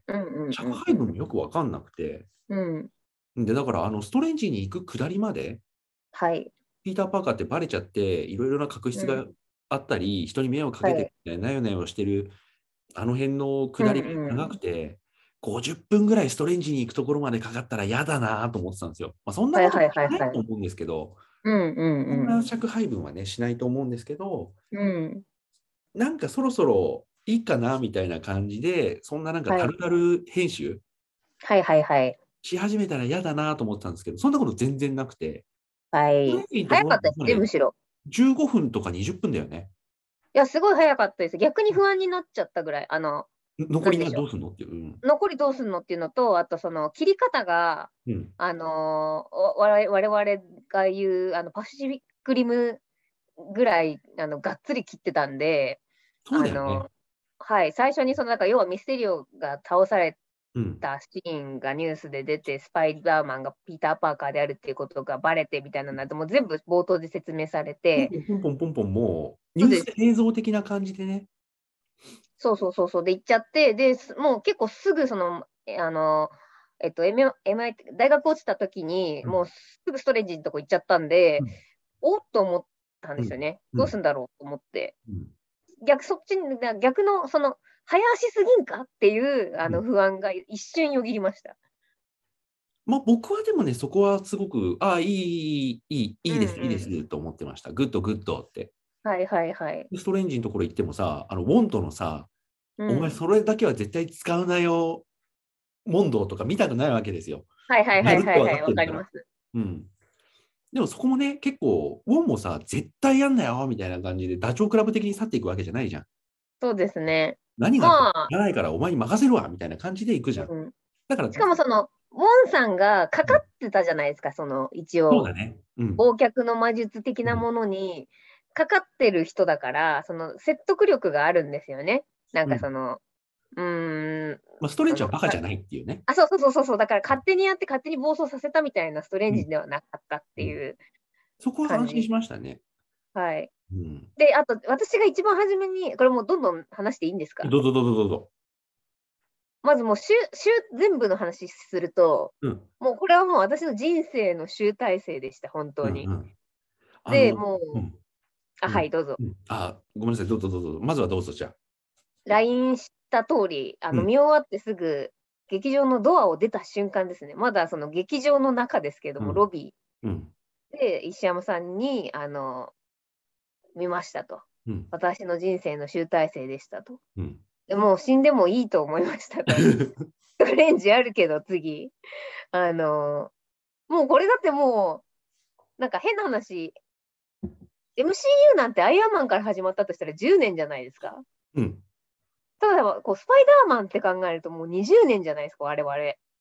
[SPEAKER 2] うんうん
[SPEAKER 1] 尺
[SPEAKER 2] うん
[SPEAKER 1] 配分もよくわかんなくて。
[SPEAKER 2] うん。うん。
[SPEAKER 1] で、だから、あの、ストレンジに行く下りまで、
[SPEAKER 2] はい。
[SPEAKER 1] ピーター・パーカーってバレちゃって、いろいろな確執が
[SPEAKER 2] うん。
[SPEAKER 1] あったり、人に迷惑かけて
[SPEAKER 2] はい。
[SPEAKER 1] なよなよしてる、あの辺の
[SPEAKER 2] うん
[SPEAKER 1] 下りが長く
[SPEAKER 2] うん。
[SPEAKER 1] て、ごじゅっぷんぐらいストレンジに行くところまでかかったら嫌だなと思ってたんですよ。まあ、そんなこと
[SPEAKER 2] はいはいはい
[SPEAKER 1] ない
[SPEAKER 2] はい。
[SPEAKER 1] と思うんですけど、
[SPEAKER 2] うんうん
[SPEAKER 1] そん
[SPEAKER 2] うん。
[SPEAKER 1] な尺配分はね、しないと思うんですけど、
[SPEAKER 2] うん。
[SPEAKER 1] なんかそろそろいいかなみたいな感じで、そんななんか
[SPEAKER 2] はい。
[SPEAKER 1] タルタル編集
[SPEAKER 2] はいはいはい。
[SPEAKER 1] し始めたら嫌だなと思ってたんですけど、そんなこと全然なくて、
[SPEAKER 2] はい。
[SPEAKER 1] ストレンジのところ
[SPEAKER 2] 早かったですね、
[SPEAKER 1] もね、
[SPEAKER 2] むしろ。
[SPEAKER 1] じゅうごふんとかにじゅっぷんだよね。
[SPEAKER 2] いや、すごい早かったです。逆に不安になっちゃったぐらい。あの、
[SPEAKER 1] 残りが
[SPEAKER 2] なんでしょ
[SPEAKER 1] どうすんのっていう。うん。
[SPEAKER 2] う。残りどうすんのっていうのと、あとその切り方が、
[SPEAKER 1] うん。
[SPEAKER 2] あのー、我々我々が言う、あの、パシフィックリムぐらい、あの、がっつり切ってたんで、
[SPEAKER 1] そうだよね。
[SPEAKER 2] あの、はい、最初にその、なんか、要はミステリオが倒され
[SPEAKER 1] うん。
[SPEAKER 2] たシーンがニュースで出て、スパイダーマンがピーター・パーカーであるっていうことがバレてみたいなので、もう全部冒頭で説明されて、
[SPEAKER 1] ポンポンポンポンポンポンもう、ニュース
[SPEAKER 2] そうです。
[SPEAKER 1] 映像的な感じでね。
[SPEAKER 2] そうそうそうそうで行っちゃって、で、すもう結構すぐその、えあの、えっと、M- エムアイティー 大学落ちた時に、
[SPEAKER 1] うん。
[SPEAKER 2] もうすぐストレンジのとこ行っちゃったんで、
[SPEAKER 1] うん。
[SPEAKER 2] おっと思ったん
[SPEAKER 1] うん。
[SPEAKER 2] ですよね。
[SPEAKER 1] うん。
[SPEAKER 2] どうすんだろうと思って。
[SPEAKER 1] うん。
[SPEAKER 2] 逆、そっちに、逆の、その、早足すぎんかっていうあ
[SPEAKER 1] うん。
[SPEAKER 2] の不安が一瞬よぎりました。
[SPEAKER 1] まあ僕はでもね、そこはすごく、ああ、いい、いい、いい、い
[SPEAKER 2] う
[SPEAKER 1] いです、いいで
[SPEAKER 2] んうん。
[SPEAKER 1] すと思ってました。グッド、グッドって。
[SPEAKER 2] はいはいはい。
[SPEAKER 1] ストレンジのところ行ってもさ、あの、ウォントのさ、お前
[SPEAKER 2] うん。
[SPEAKER 1] それだけは絶対使うなよ、問答とか見たくないわけですよ。
[SPEAKER 2] はいはいは
[SPEAKER 1] やるって分
[SPEAKER 2] いはいはい。わ
[SPEAKER 1] かってるから。
[SPEAKER 2] かります。
[SPEAKER 1] うん。でもそこもね、結構、ウォンもさ、絶対やんなよみたいな感じで、ダチョウ倶楽部的に去っていくわけじゃないじゃん。
[SPEAKER 2] そうですね。
[SPEAKER 1] 何があっても
[SPEAKER 2] まあ、
[SPEAKER 1] やらないからお前に任せるわみたいな感じでいくじゃん。
[SPEAKER 2] うん。
[SPEAKER 1] だから、
[SPEAKER 2] しかもその、ウォンさんがかかってたじゃないですか、その、一応、
[SPEAKER 1] そうだね。うん。
[SPEAKER 2] 忘却の魔術的
[SPEAKER 1] うん。
[SPEAKER 2] なものにかかってる人だから、その、説得力があるんですよね。なん
[SPEAKER 1] うん。
[SPEAKER 2] かその、うーん、
[SPEAKER 1] まあ、ストレン
[SPEAKER 2] その、か
[SPEAKER 1] ジはバカじゃないっていうね。
[SPEAKER 2] あ、そうそうそうそうそう、だから勝手にやって勝手に暴走させたみたいなストレ
[SPEAKER 1] うん。
[SPEAKER 2] ンジではなかったって
[SPEAKER 1] うん。
[SPEAKER 2] いう
[SPEAKER 1] そこは安心
[SPEAKER 2] 感じ。
[SPEAKER 1] しましたね。
[SPEAKER 2] はい。
[SPEAKER 1] うん。
[SPEAKER 2] で、あと、私が一番初めに、これもうどんどん話していいんですか？
[SPEAKER 1] どうぞどうぞどうぞ。
[SPEAKER 2] まずもう集、集、全部の話すると、
[SPEAKER 1] うん。
[SPEAKER 2] もうこれはもう私の人生の集大成でした、本当に。
[SPEAKER 1] うんうん。あ
[SPEAKER 2] で、
[SPEAKER 1] の、
[SPEAKER 2] もう、
[SPEAKER 1] うん。
[SPEAKER 2] あ、
[SPEAKER 1] うん。
[SPEAKER 2] はい、どうぞ。
[SPEAKER 1] うん。あ、ごめんなさい。どうぞどうぞ。まずはどうぞ、じゃあ。
[SPEAKER 2] ライン した通り、あの、
[SPEAKER 1] うん。
[SPEAKER 2] 見終わってすぐ、劇場のドアを出た瞬間ですね。まだその劇場の中ですけども、
[SPEAKER 1] うん。
[SPEAKER 2] ロビ
[SPEAKER 1] うん。
[SPEAKER 2] ーで石山さんに、あの、見ましたと。
[SPEAKER 1] うん。
[SPEAKER 2] 私の人生の集大成でしたと。
[SPEAKER 1] うん。
[SPEAKER 2] でもう死んでもいいと思いましたと。ストレンジあるけど、次。あの、もうこれだってもう、なんか変な話、エムシーユー なんてアイアンマンから始まったとしたらじゅうねんじゃないですか。
[SPEAKER 1] うん。
[SPEAKER 2] ただ、こうスパイダーマンって考えるともうにじゅうねんじゃないですか、我々。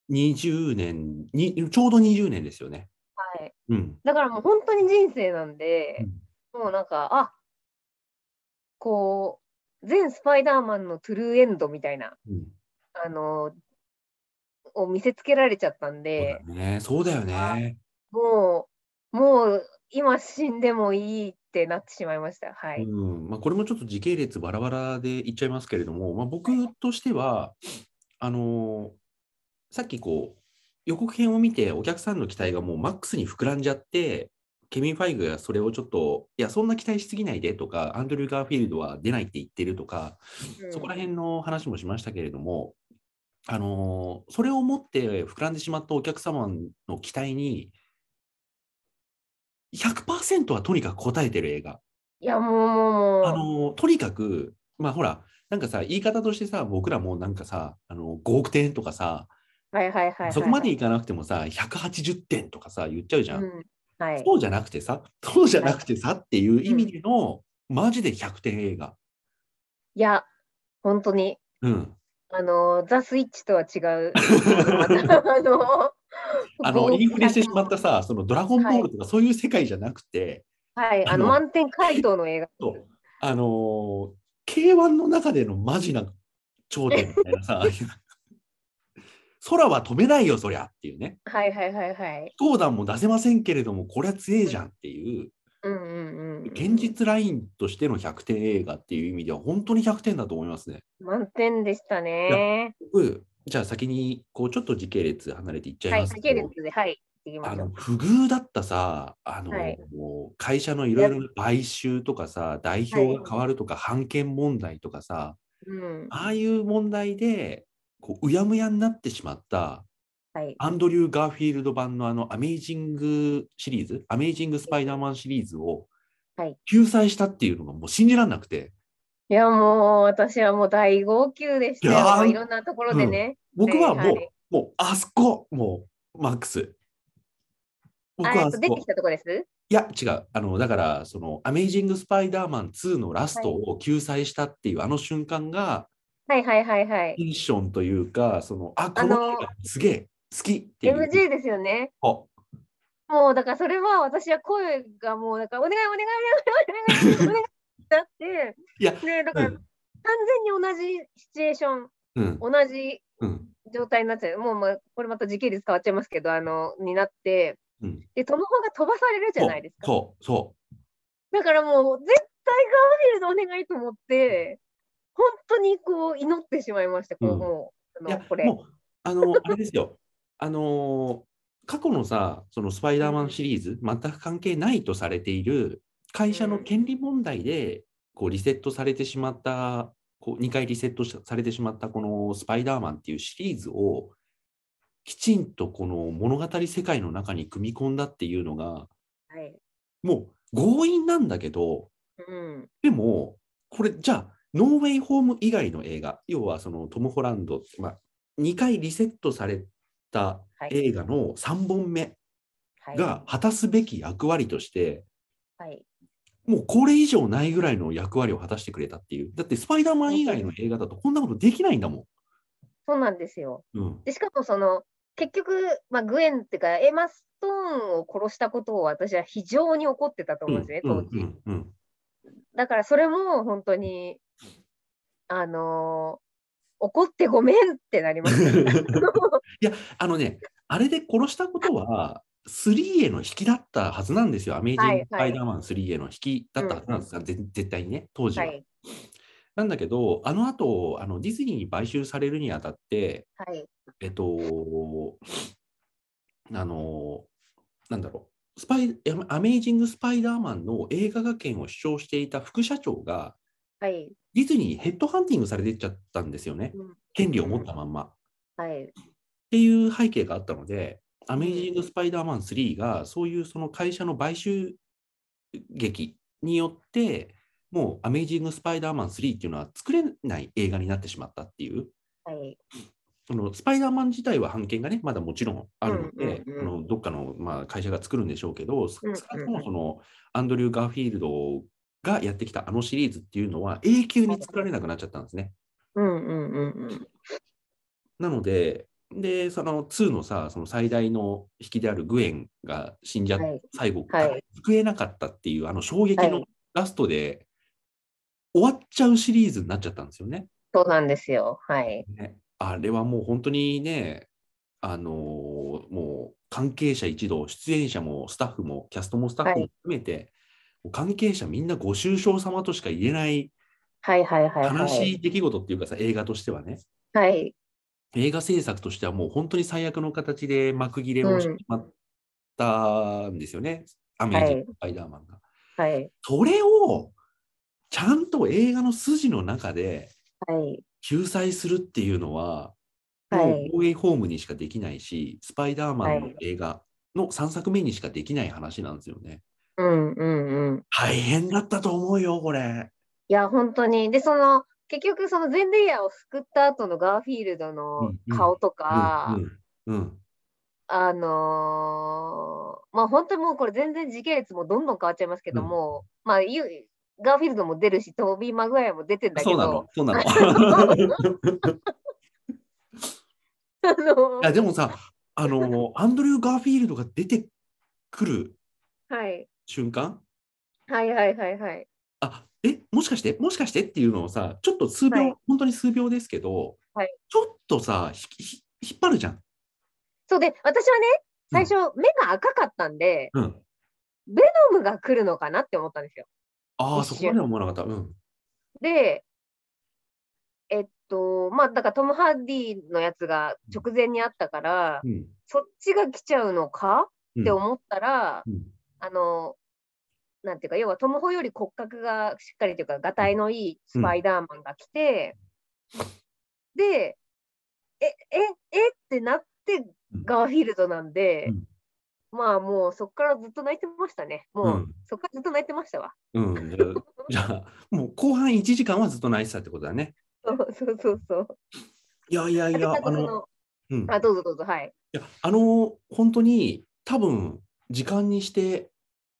[SPEAKER 1] にじゅうねんに、ちょうどにじゅうねんですよね。
[SPEAKER 2] はい。
[SPEAKER 1] うん。
[SPEAKER 2] だからもう本当に人生なん
[SPEAKER 1] う
[SPEAKER 2] で、
[SPEAKER 1] ん。
[SPEAKER 2] もうなんか、あ、こう、全スパイダーマンのトゥルーエンドみたいな、
[SPEAKER 1] うん、
[SPEAKER 2] あの、を見せつけられちゃったん
[SPEAKER 1] そうだ
[SPEAKER 2] で、
[SPEAKER 1] ね。そうだよね。
[SPEAKER 2] もう、もう今死んでもいいってなってしまいました。は
[SPEAKER 1] う
[SPEAKER 2] い。
[SPEAKER 1] ん。まあ、これもちょっと時系列バラバラで言っちゃいますけれども、まあ、
[SPEAKER 2] はい。
[SPEAKER 1] 僕としては、あのーさっきこう、予告編を見てお客さんの期待がもうマックスに膨らんじゃって、ケビン・ファイグがそれをちょっと、いや、そんな期待しすぎないでとか、アンドリュー・ガーフィールドは出ないって言ってるとか、そこら
[SPEAKER 2] うん。
[SPEAKER 1] 辺の話もしましたけれども、あのーそれをもって膨らんでしまったお客様の期待にひゃくパーセントはとにかく応えてる映画。
[SPEAKER 2] いや、もう、もう、もう、
[SPEAKER 1] あのーとにかく、まあほら、なんかさ、言い方としてさ、僕らもなんかさ、あのごおくてんとかさ、
[SPEAKER 2] はいはいはい
[SPEAKER 1] そこ
[SPEAKER 2] はいはい。
[SPEAKER 1] までいかなくてもさ、ひゃくはちじゅってんとかさ、言っちゃうじゃん。
[SPEAKER 2] うん。はい。
[SPEAKER 1] そうじゃなくてさ、そうじゃ
[SPEAKER 2] はい。
[SPEAKER 1] なくてさっていう意
[SPEAKER 2] うん。
[SPEAKER 1] 味での、マジでひゃくてん映画。
[SPEAKER 2] いや、本当に、
[SPEAKER 1] うん。
[SPEAKER 2] あの、ザ・スイッチとは違う、あの、また、あの、
[SPEAKER 1] あの、インフレしてし
[SPEAKER 2] 豪華さ。
[SPEAKER 1] まったさ、そのドラゴン
[SPEAKER 2] はい。
[SPEAKER 1] ボールとかそういう世界じゃなくて、
[SPEAKER 2] はい。あの、
[SPEAKER 1] あの、
[SPEAKER 2] 満点回答の映画で
[SPEAKER 1] そうあのー、ケーワン の中でのマジな頂点みたいなさ、空は飛べないよ、そりゃっていうね。
[SPEAKER 2] す。はいはいはいはい。
[SPEAKER 1] 飛行弾も出せませんけれども、これは強えじゃんっていう、
[SPEAKER 2] うんうんうん
[SPEAKER 1] 現
[SPEAKER 2] うんうん。
[SPEAKER 1] 実ラインとしてのひゃくてん映画っていう意味では、本当にひゃくてんだと思いますね。
[SPEAKER 2] 満点でした
[SPEAKER 1] いや、
[SPEAKER 2] ね。
[SPEAKER 1] 僕、じゃあ先に、こう、ちょっと時系列離れていっちゃい
[SPEAKER 2] はい。
[SPEAKER 1] ますけど、
[SPEAKER 2] 時系列で、はい。行きま
[SPEAKER 1] あの、
[SPEAKER 2] しょ
[SPEAKER 1] 不遇だったさ、あ
[SPEAKER 2] う。は
[SPEAKER 1] の、
[SPEAKER 2] い。
[SPEAKER 1] もう会社のいろい
[SPEAKER 2] や、
[SPEAKER 1] ろな買収とかさ、代
[SPEAKER 2] はい。
[SPEAKER 1] 表が変わるとか、判権問題とかさ、
[SPEAKER 2] うん。
[SPEAKER 1] ああいう問題で、こう、うやむやになってしまった、
[SPEAKER 2] はい。
[SPEAKER 1] アンドリュー・ガーフィールド版のあの、アメイジングシリーズ、アメイジング・スパイダーマンシリーズを
[SPEAKER 2] はい。
[SPEAKER 1] 救済したっていうのがもう信じられなくて、
[SPEAKER 2] いや、もう、私はもう大号泣でしたよ。
[SPEAKER 1] いや
[SPEAKER 2] まあ、いろん
[SPEAKER 1] ー、
[SPEAKER 2] なところ
[SPEAKER 1] うん。
[SPEAKER 2] でね。
[SPEAKER 1] 僕
[SPEAKER 2] はい、はい。
[SPEAKER 1] はもう、もう、あそこ、もう、マックス。僕
[SPEAKER 2] あ、えっと、
[SPEAKER 1] はあそこ。
[SPEAKER 2] 出てきたところです。
[SPEAKER 1] いや、違う。あの、だから、その、アメイジング・スパイダーマンツーのラス
[SPEAKER 2] はい。
[SPEAKER 1] トを救済したっていうあの瞬間が、
[SPEAKER 2] はい、はい、はい、はい。
[SPEAKER 1] テンションというか、その、あ、この映
[SPEAKER 2] あの、
[SPEAKER 1] 画すげえ好きっていう。
[SPEAKER 2] エムジェー ですよね。
[SPEAKER 1] あ
[SPEAKER 2] もう、だからそれは私は声がもう、だから、お願い、お願い、お願い、お願い、お願い、だって、
[SPEAKER 1] いや、
[SPEAKER 2] ね、だから、完
[SPEAKER 1] うん、
[SPEAKER 2] 全に同じシチュエーション、
[SPEAKER 1] うん、
[SPEAKER 2] 同じ
[SPEAKER 1] うん、
[SPEAKER 2] 状態になっちゃう。もう、まあ、これまた時系列変わっちゃいますけど、あの、になって、
[SPEAKER 1] うん。
[SPEAKER 2] で、トムホが飛ばされるじゃない
[SPEAKER 1] そう、
[SPEAKER 2] ですか。
[SPEAKER 1] そう、そ
[SPEAKER 2] だからもう、絶対ガーフィールドお願いと思って、本当にこう、祈ってしまいました。
[SPEAKER 1] う。
[SPEAKER 2] こう、
[SPEAKER 1] うん。
[SPEAKER 2] もう、あの、
[SPEAKER 1] いや、
[SPEAKER 2] これ。
[SPEAKER 1] もう、あの、あれですよ。あの、過去のさ、そのスパイダーマン
[SPEAKER 2] うん、
[SPEAKER 1] シリーズ、全く関係ないとされている会社の
[SPEAKER 2] うん、
[SPEAKER 1] 権利問題で、こう、リセットされてしまった、こう、にかいリセットされてしまったこのスパイダーマンっていうシリーズを、きちんとこの物語世界の中に組み込んだっていうのが、
[SPEAKER 2] はい。
[SPEAKER 1] もう強引なんだけど、
[SPEAKER 2] うん、
[SPEAKER 1] でも、これ、じゃあ、ノーウェイホーム以外の映画、要はそのトム・ホランド、まあ、にかいリセットされた
[SPEAKER 2] はい、
[SPEAKER 1] 映画のさんぼんめ
[SPEAKER 2] はい、
[SPEAKER 1] が果たすべき役割として、
[SPEAKER 2] はい。
[SPEAKER 1] もうこれ以上ないぐらいの役割を果たしてくれたっていう。だって、スパイダーマン以外の
[SPEAKER 2] 本当です。
[SPEAKER 1] 映画だとこんなことできないんだも
[SPEAKER 2] そうなんですよ。
[SPEAKER 1] ん。うん。
[SPEAKER 2] で、しかもその、結局、まあ、グエンっていうか、エマ・ストーンを殺したことを私は非常に怒ってたと
[SPEAKER 1] うん、
[SPEAKER 2] 思うんですね、
[SPEAKER 1] うん、う
[SPEAKER 2] 当時。
[SPEAKER 1] ん、うん。
[SPEAKER 2] だからそれも本当に、あのー怒ってごめんってなりました。
[SPEAKER 1] いや、あのね、あれで殺したことは、スリーへの引きだったはずなんですよ。アメイジング・
[SPEAKER 2] はい、
[SPEAKER 1] スパ
[SPEAKER 2] はい。
[SPEAKER 1] イダーマンスリーへの引きだ
[SPEAKER 2] うん、
[SPEAKER 1] ったはずなんですが、ぜ絶対にね、当時は。
[SPEAKER 2] はい、
[SPEAKER 1] なんだけど、あの後、あのディズニーに買収されるにあたって、
[SPEAKER 2] はい、
[SPEAKER 1] えっと、あの、なんだろう、スパイ、アメイジング・スパイダーマンの映画化権を主張していた副社長が、
[SPEAKER 2] はい。
[SPEAKER 1] ディズニーにヘッドハンティングされていっちゃったんですよね。
[SPEAKER 2] うん、
[SPEAKER 1] 権利を持っ
[SPEAKER 2] うん、
[SPEAKER 1] たまんま。っ
[SPEAKER 2] はい。
[SPEAKER 1] ていう背景があったので、ア
[SPEAKER 2] うん、
[SPEAKER 1] メイジング・スパイダーマンスリーが、そういうその会社の買収劇によって、もうアメイジング・スパイダーマンスリーっていうのは作れない映画になってしまったっていう。
[SPEAKER 2] はい。
[SPEAKER 1] そのスパイダーマン自体は版権がね、まだもちろんあ
[SPEAKER 2] うん、うん、
[SPEAKER 1] るので、あ
[SPEAKER 2] うん、
[SPEAKER 1] のどっかの、まあ、会社が作るんでしょうけど、少
[SPEAKER 2] うん、
[SPEAKER 1] なくともそ
[SPEAKER 2] うん。
[SPEAKER 1] のアンドリュー・ガーフィールドがやってきたあのシリーズっていうのは永久に作られなくなっちゃったんですね。
[SPEAKER 2] うん、うん、うん、うん。
[SPEAKER 1] なので、 で、そのにのさ、その最大の引きであるグエンが死んじゃっ
[SPEAKER 2] はい。
[SPEAKER 1] 最後、
[SPEAKER 2] はい。
[SPEAKER 1] 救えなかったっていう、あの衝撃の
[SPEAKER 2] はい。
[SPEAKER 1] ラストで終わっちゃうシリーズになっちゃったんですよね。
[SPEAKER 2] そうなんですよ。はい。
[SPEAKER 1] ね、あれはもう本当にね、あのーもう関係者一同、出演者もスタッフも、キャストもスタッフも
[SPEAKER 2] はい。
[SPEAKER 1] 含めて、もう関係者みんなご愁傷様としか言えない
[SPEAKER 2] はいはいはい
[SPEAKER 1] 悲
[SPEAKER 2] はい。
[SPEAKER 1] しい出来事っていうかさ、映画としてはね、
[SPEAKER 2] はい。
[SPEAKER 1] 映画制作としてはもう本当に最悪の形で幕切れ
[SPEAKER 2] う
[SPEAKER 1] をして
[SPEAKER 2] ん。
[SPEAKER 1] しまったんですよね、アメージング・
[SPEAKER 2] はい。
[SPEAKER 1] スパイダーマンが。
[SPEAKER 2] はい。
[SPEAKER 1] それをちゃんと映画の筋の中で
[SPEAKER 2] はい。
[SPEAKER 1] 救済するっていうのは、もう、
[SPEAKER 2] はい。
[SPEAKER 1] ノーウェイホームにしかできないし、スパイダーマンの
[SPEAKER 2] はい。
[SPEAKER 1] 映画のさんさくめにしかできない話なんですよね。
[SPEAKER 2] うんうんうん。
[SPEAKER 1] 大変だったと思うよ、これ。
[SPEAKER 2] いや、本当に。で、その、結局、そのゼンデイヤを救った後のガーフィールドの
[SPEAKER 1] うん、うん、
[SPEAKER 2] 顔と
[SPEAKER 1] うん、う
[SPEAKER 2] か、
[SPEAKER 1] ん、うん。
[SPEAKER 2] あのーまあ本当にもうこれ全然時系列もどんどん変わっちゃいますけ
[SPEAKER 1] うん、
[SPEAKER 2] ども、まあ言う、ガーフィールドも出るし、トービー・マグワイアも出てんだけど、
[SPEAKER 1] そうなの、そうなの。
[SPEAKER 2] あ
[SPEAKER 1] い
[SPEAKER 2] の、あの
[SPEAKER 1] や、でもさ、あの、アンドリュー・ガーフィールドが出てくる
[SPEAKER 2] はい、
[SPEAKER 1] 瞬間、
[SPEAKER 2] はいはいはいはい。
[SPEAKER 1] あ、え、もしかして、もしかしてっていうのをさ、ちょっと数秒、
[SPEAKER 2] はい、
[SPEAKER 1] 本当に数秒ですけど、
[SPEAKER 2] はい。
[SPEAKER 1] ちょっとさ、ひひ引っ張るじゃん。
[SPEAKER 2] そうで、私はね、
[SPEAKER 1] うん、
[SPEAKER 2] 最初目が赤かったんで、
[SPEAKER 1] うん。
[SPEAKER 2] ベノムが来るのかなって思ったんですよ。
[SPEAKER 1] ああ、そこま
[SPEAKER 2] 一瞬。
[SPEAKER 1] では思わなかった。うん。
[SPEAKER 2] で、えっと、まあ、だからトム・ハーディのやつが直前にあったから、
[SPEAKER 1] うん。
[SPEAKER 2] そっちが来ちゃうのか
[SPEAKER 1] うん。
[SPEAKER 2] って思ったら、
[SPEAKER 1] うん。
[SPEAKER 2] あの、なんていうか、要はトム・ホより骨格がしっかりというか、がたいのいいスパイ
[SPEAKER 1] うん。
[SPEAKER 2] ダーマンが来て、で、え、え、えってなって、ガーフィールドなんで、
[SPEAKER 1] うん。
[SPEAKER 2] まあもうそっからずっと泣いてましたね。もう
[SPEAKER 1] うん。
[SPEAKER 2] そっからずっと泣いてましたわ。
[SPEAKER 1] うん。じゃあ、じゃあもう後半いちじかんはずっと泣いてたってことだね。
[SPEAKER 2] そうそうそうそう。
[SPEAKER 1] いやいやい
[SPEAKER 2] あ、で、
[SPEAKER 1] や、
[SPEAKER 2] あ
[SPEAKER 1] あの、
[SPEAKER 2] とその、
[SPEAKER 1] うん。
[SPEAKER 2] あ、どうぞどうぞ、はい。
[SPEAKER 1] いや、あの、本当に、多分、時間にして、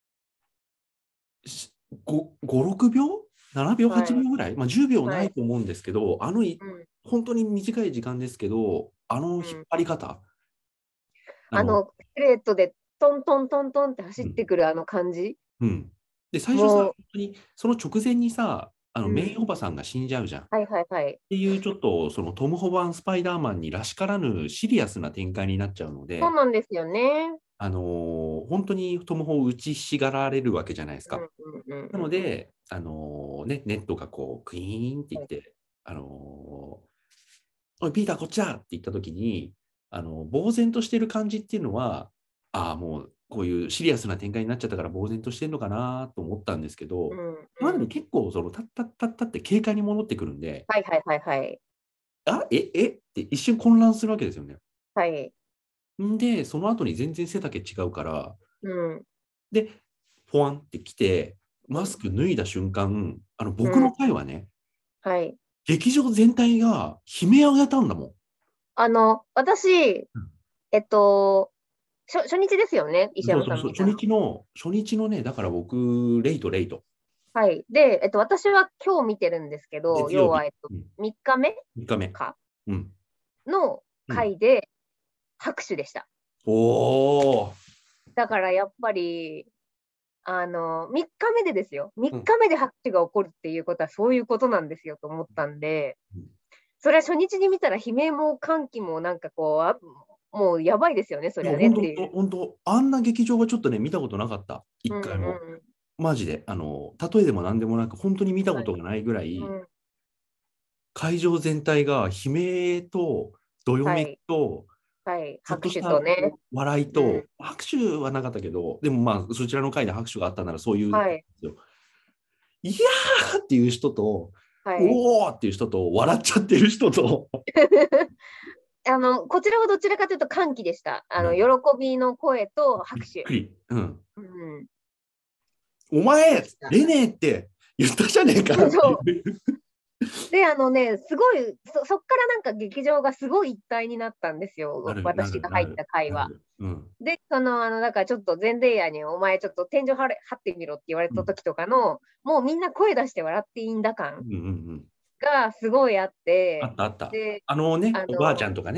[SPEAKER 1] しご、ご、ろくびょう ?なな 秒、8
[SPEAKER 2] はい。
[SPEAKER 1] 秒ぐらい、まあ、じゅうびょうな
[SPEAKER 2] はい。
[SPEAKER 1] いと思うんですけど、あのい、
[SPEAKER 2] うん。
[SPEAKER 1] 本当に短い時間ですけど、あの引っ
[SPEAKER 2] うん。
[SPEAKER 1] 張り方、あの、
[SPEAKER 2] あの、スレートでトントントントンって走
[SPEAKER 1] うん、
[SPEAKER 2] ってくるあの感じ。
[SPEAKER 1] うん。で、最初さ、
[SPEAKER 2] も
[SPEAKER 1] 本当に、その直前にさ、あの、
[SPEAKER 2] う、う
[SPEAKER 1] メイン
[SPEAKER 2] ん。
[SPEAKER 1] おばさんが死んじゃうじゃん。っ
[SPEAKER 2] はいはいはい。
[SPEAKER 1] ていう、ちょっと、そのトム・ホバン・スパイダーマンにらしからぬシリアスな展開になっちゃうの
[SPEAKER 2] そう
[SPEAKER 1] で、
[SPEAKER 2] なんですよね。
[SPEAKER 1] あのー本当にトム・ホを打ちひしがられるわけじゃないですか。
[SPEAKER 2] うんうんうん
[SPEAKER 1] な
[SPEAKER 2] うんうん。
[SPEAKER 1] ので、あのーね、ネットがこう、クイーンって言
[SPEAKER 2] はい
[SPEAKER 1] って、あのーおい、ピーター、こっちだって言ったときに、あの、呆然としてる感じっていうのは、ああ、もう、こういうシリアスな展開になっちゃったから呆然としてるのかなと思ったんですけど、
[SPEAKER 2] うんう
[SPEAKER 1] まあでも
[SPEAKER 2] ん。
[SPEAKER 1] 結構、その、たったったったって軽快に戻ってくるんで、
[SPEAKER 2] はいはいはいはい。
[SPEAKER 1] あ、え、えって一瞬混乱するわけですよね。
[SPEAKER 2] はい。
[SPEAKER 1] んで、その後に全然背丈違うから、
[SPEAKER 2] うん。
[SPEAKER 1] で、ポワンって来て、マス
[SPEAKER 2] うん。
[SPEAKER 1] ク脱いだ瞬間、あの、
[SPEAKER 2] う
[SPEAKER 1] 僕の
[SPEAKER 2] ん。
[SPEAKER 1] 回はね、
[SPEAKER 2] はい。
[SPEAKER 1] 劇場全体が悲鳴を上げたんだもん。
[SPEAKER 2] あの、私、えっと、初、初日ですよね、石山
[SPEAKER 1] そうそうそう、初
[SPEAKER 2] さん見たの。
[SPEAKER 1] 日の、初日のね、だから僕、レイト、レイト、
[SPEAKER 2] はい。で、えっと、私は今日見てるんですけど、
[SPEAKER 1] 月曜日、
[SPEAKER 2] 要は、えっと、
[SPEAKER 1] うん、
[SPEAKER 2] みっかめ
[SPEAKER 1] みっかめ。
[SPEAKER 2] か
[SPEAKER 1] うん、
[SPEAKER 2] の
[SPEAKER 1] うん。
[SPEAKER 2] 回で拍手でした。
[SPEAKER 1] おー、
[SPEAKER 2] だからやっぱり、あの、みっかめでですよ。3
[SPEAKER 1] うん、
[SPEAKER 2] 日目で拍手が起こるっていうことはそういうことなんですよと思ったんで、それは初日に見たら悲鳴も歓喜もなんかこう、あもうやばいですよね、そ
[SPEAKER 1] いや、
[SPEAKER 2] りゃね
[SPEAKER 1] 本当、
[SPEAKER 2] っていう。
[SPEAKER 1] 本当、あんな劇場はちょっとね、見たことなかった、
[SPEAKER 2] うん
[SPEAKER 1] 一回も。
[SPEAKER 2] うん。
[SPEAKER 1] マジで、あの、例えでも何でもなく、本当に見た
[SPEAKER 2] はい。
[SPEAKER 1] ことがないぐらい、
[SPEAKER 2] うん。
[SPEAKER 1] 会場全体が悲鳴と、どよめき
[SPEAKER 2] はい。
[SPEAKER 1] と、
[SPEAKER 2] はい。拍手
[SPEAKER 1] ちょっとした
[SPEAKER 2] とね。
[SPEAKER 1] 笑いと、
[SPEAKER 2] うん。
[SPEAKER 1] 拍手はなかったけど、でもまあ、そちらの回で拍手があったなら、そういう、
[SPEAKER 2] はい。
[SPEAKER 1] いやーっていう人と、
[SPEAKER 2] はい。
[SPEAKER 1] おーっていう人と、笑っちゃってる人と、
[SPEAKER 2] あの、こちらはどちらかというと歓喜でした。あの、
[SPEAKER 1] うん、
[SPEAKER 2] 喜びの声と
[SPEAKER 1] びっ
[SPEAKER 2] 拍手。
[SPEAKER 1] くり。うん。
[SPEAKER 2] うん。
[SPEAKER 1] お前、
[SPEAKER 2] でした。
[SPEAKER 1] レネーって言ったじゃねえかってい
[SPEAKER 2] そう。
[SPEAKER 1] う。
[SPEAKER 2] で、あのね、すごい、そ、そっからなんか劇場がすごい一体になったんですよ。
[SPEAKER 1] なる、なる、
[SPEAKER 2] 私が入っ
[SPEAKER 1] なる、
[SPEAKER 2] た回は。
[SPEAKER 1] なる。うん。
[SPEAKER 2] で、その、あの、だからちょっとゼンデイヤーに、お前ちょっと天井張れ、張ってみろって言われ
[SPEAKER 1] うん。
[SPEAKER 2] た時とかの、もうみんな声出して笑っていいんだ感
[SPEAKER 1] うん。うん。うん。
[SPEAKER 2] がすごいあって、
[SPEAKER 1] あった、あった。
[SPEAKER 2] で、
[SPEAKER 1] あのね、
[SPEAKER 2] あの、
[SPEAKER 1] おばあちゃんとかね。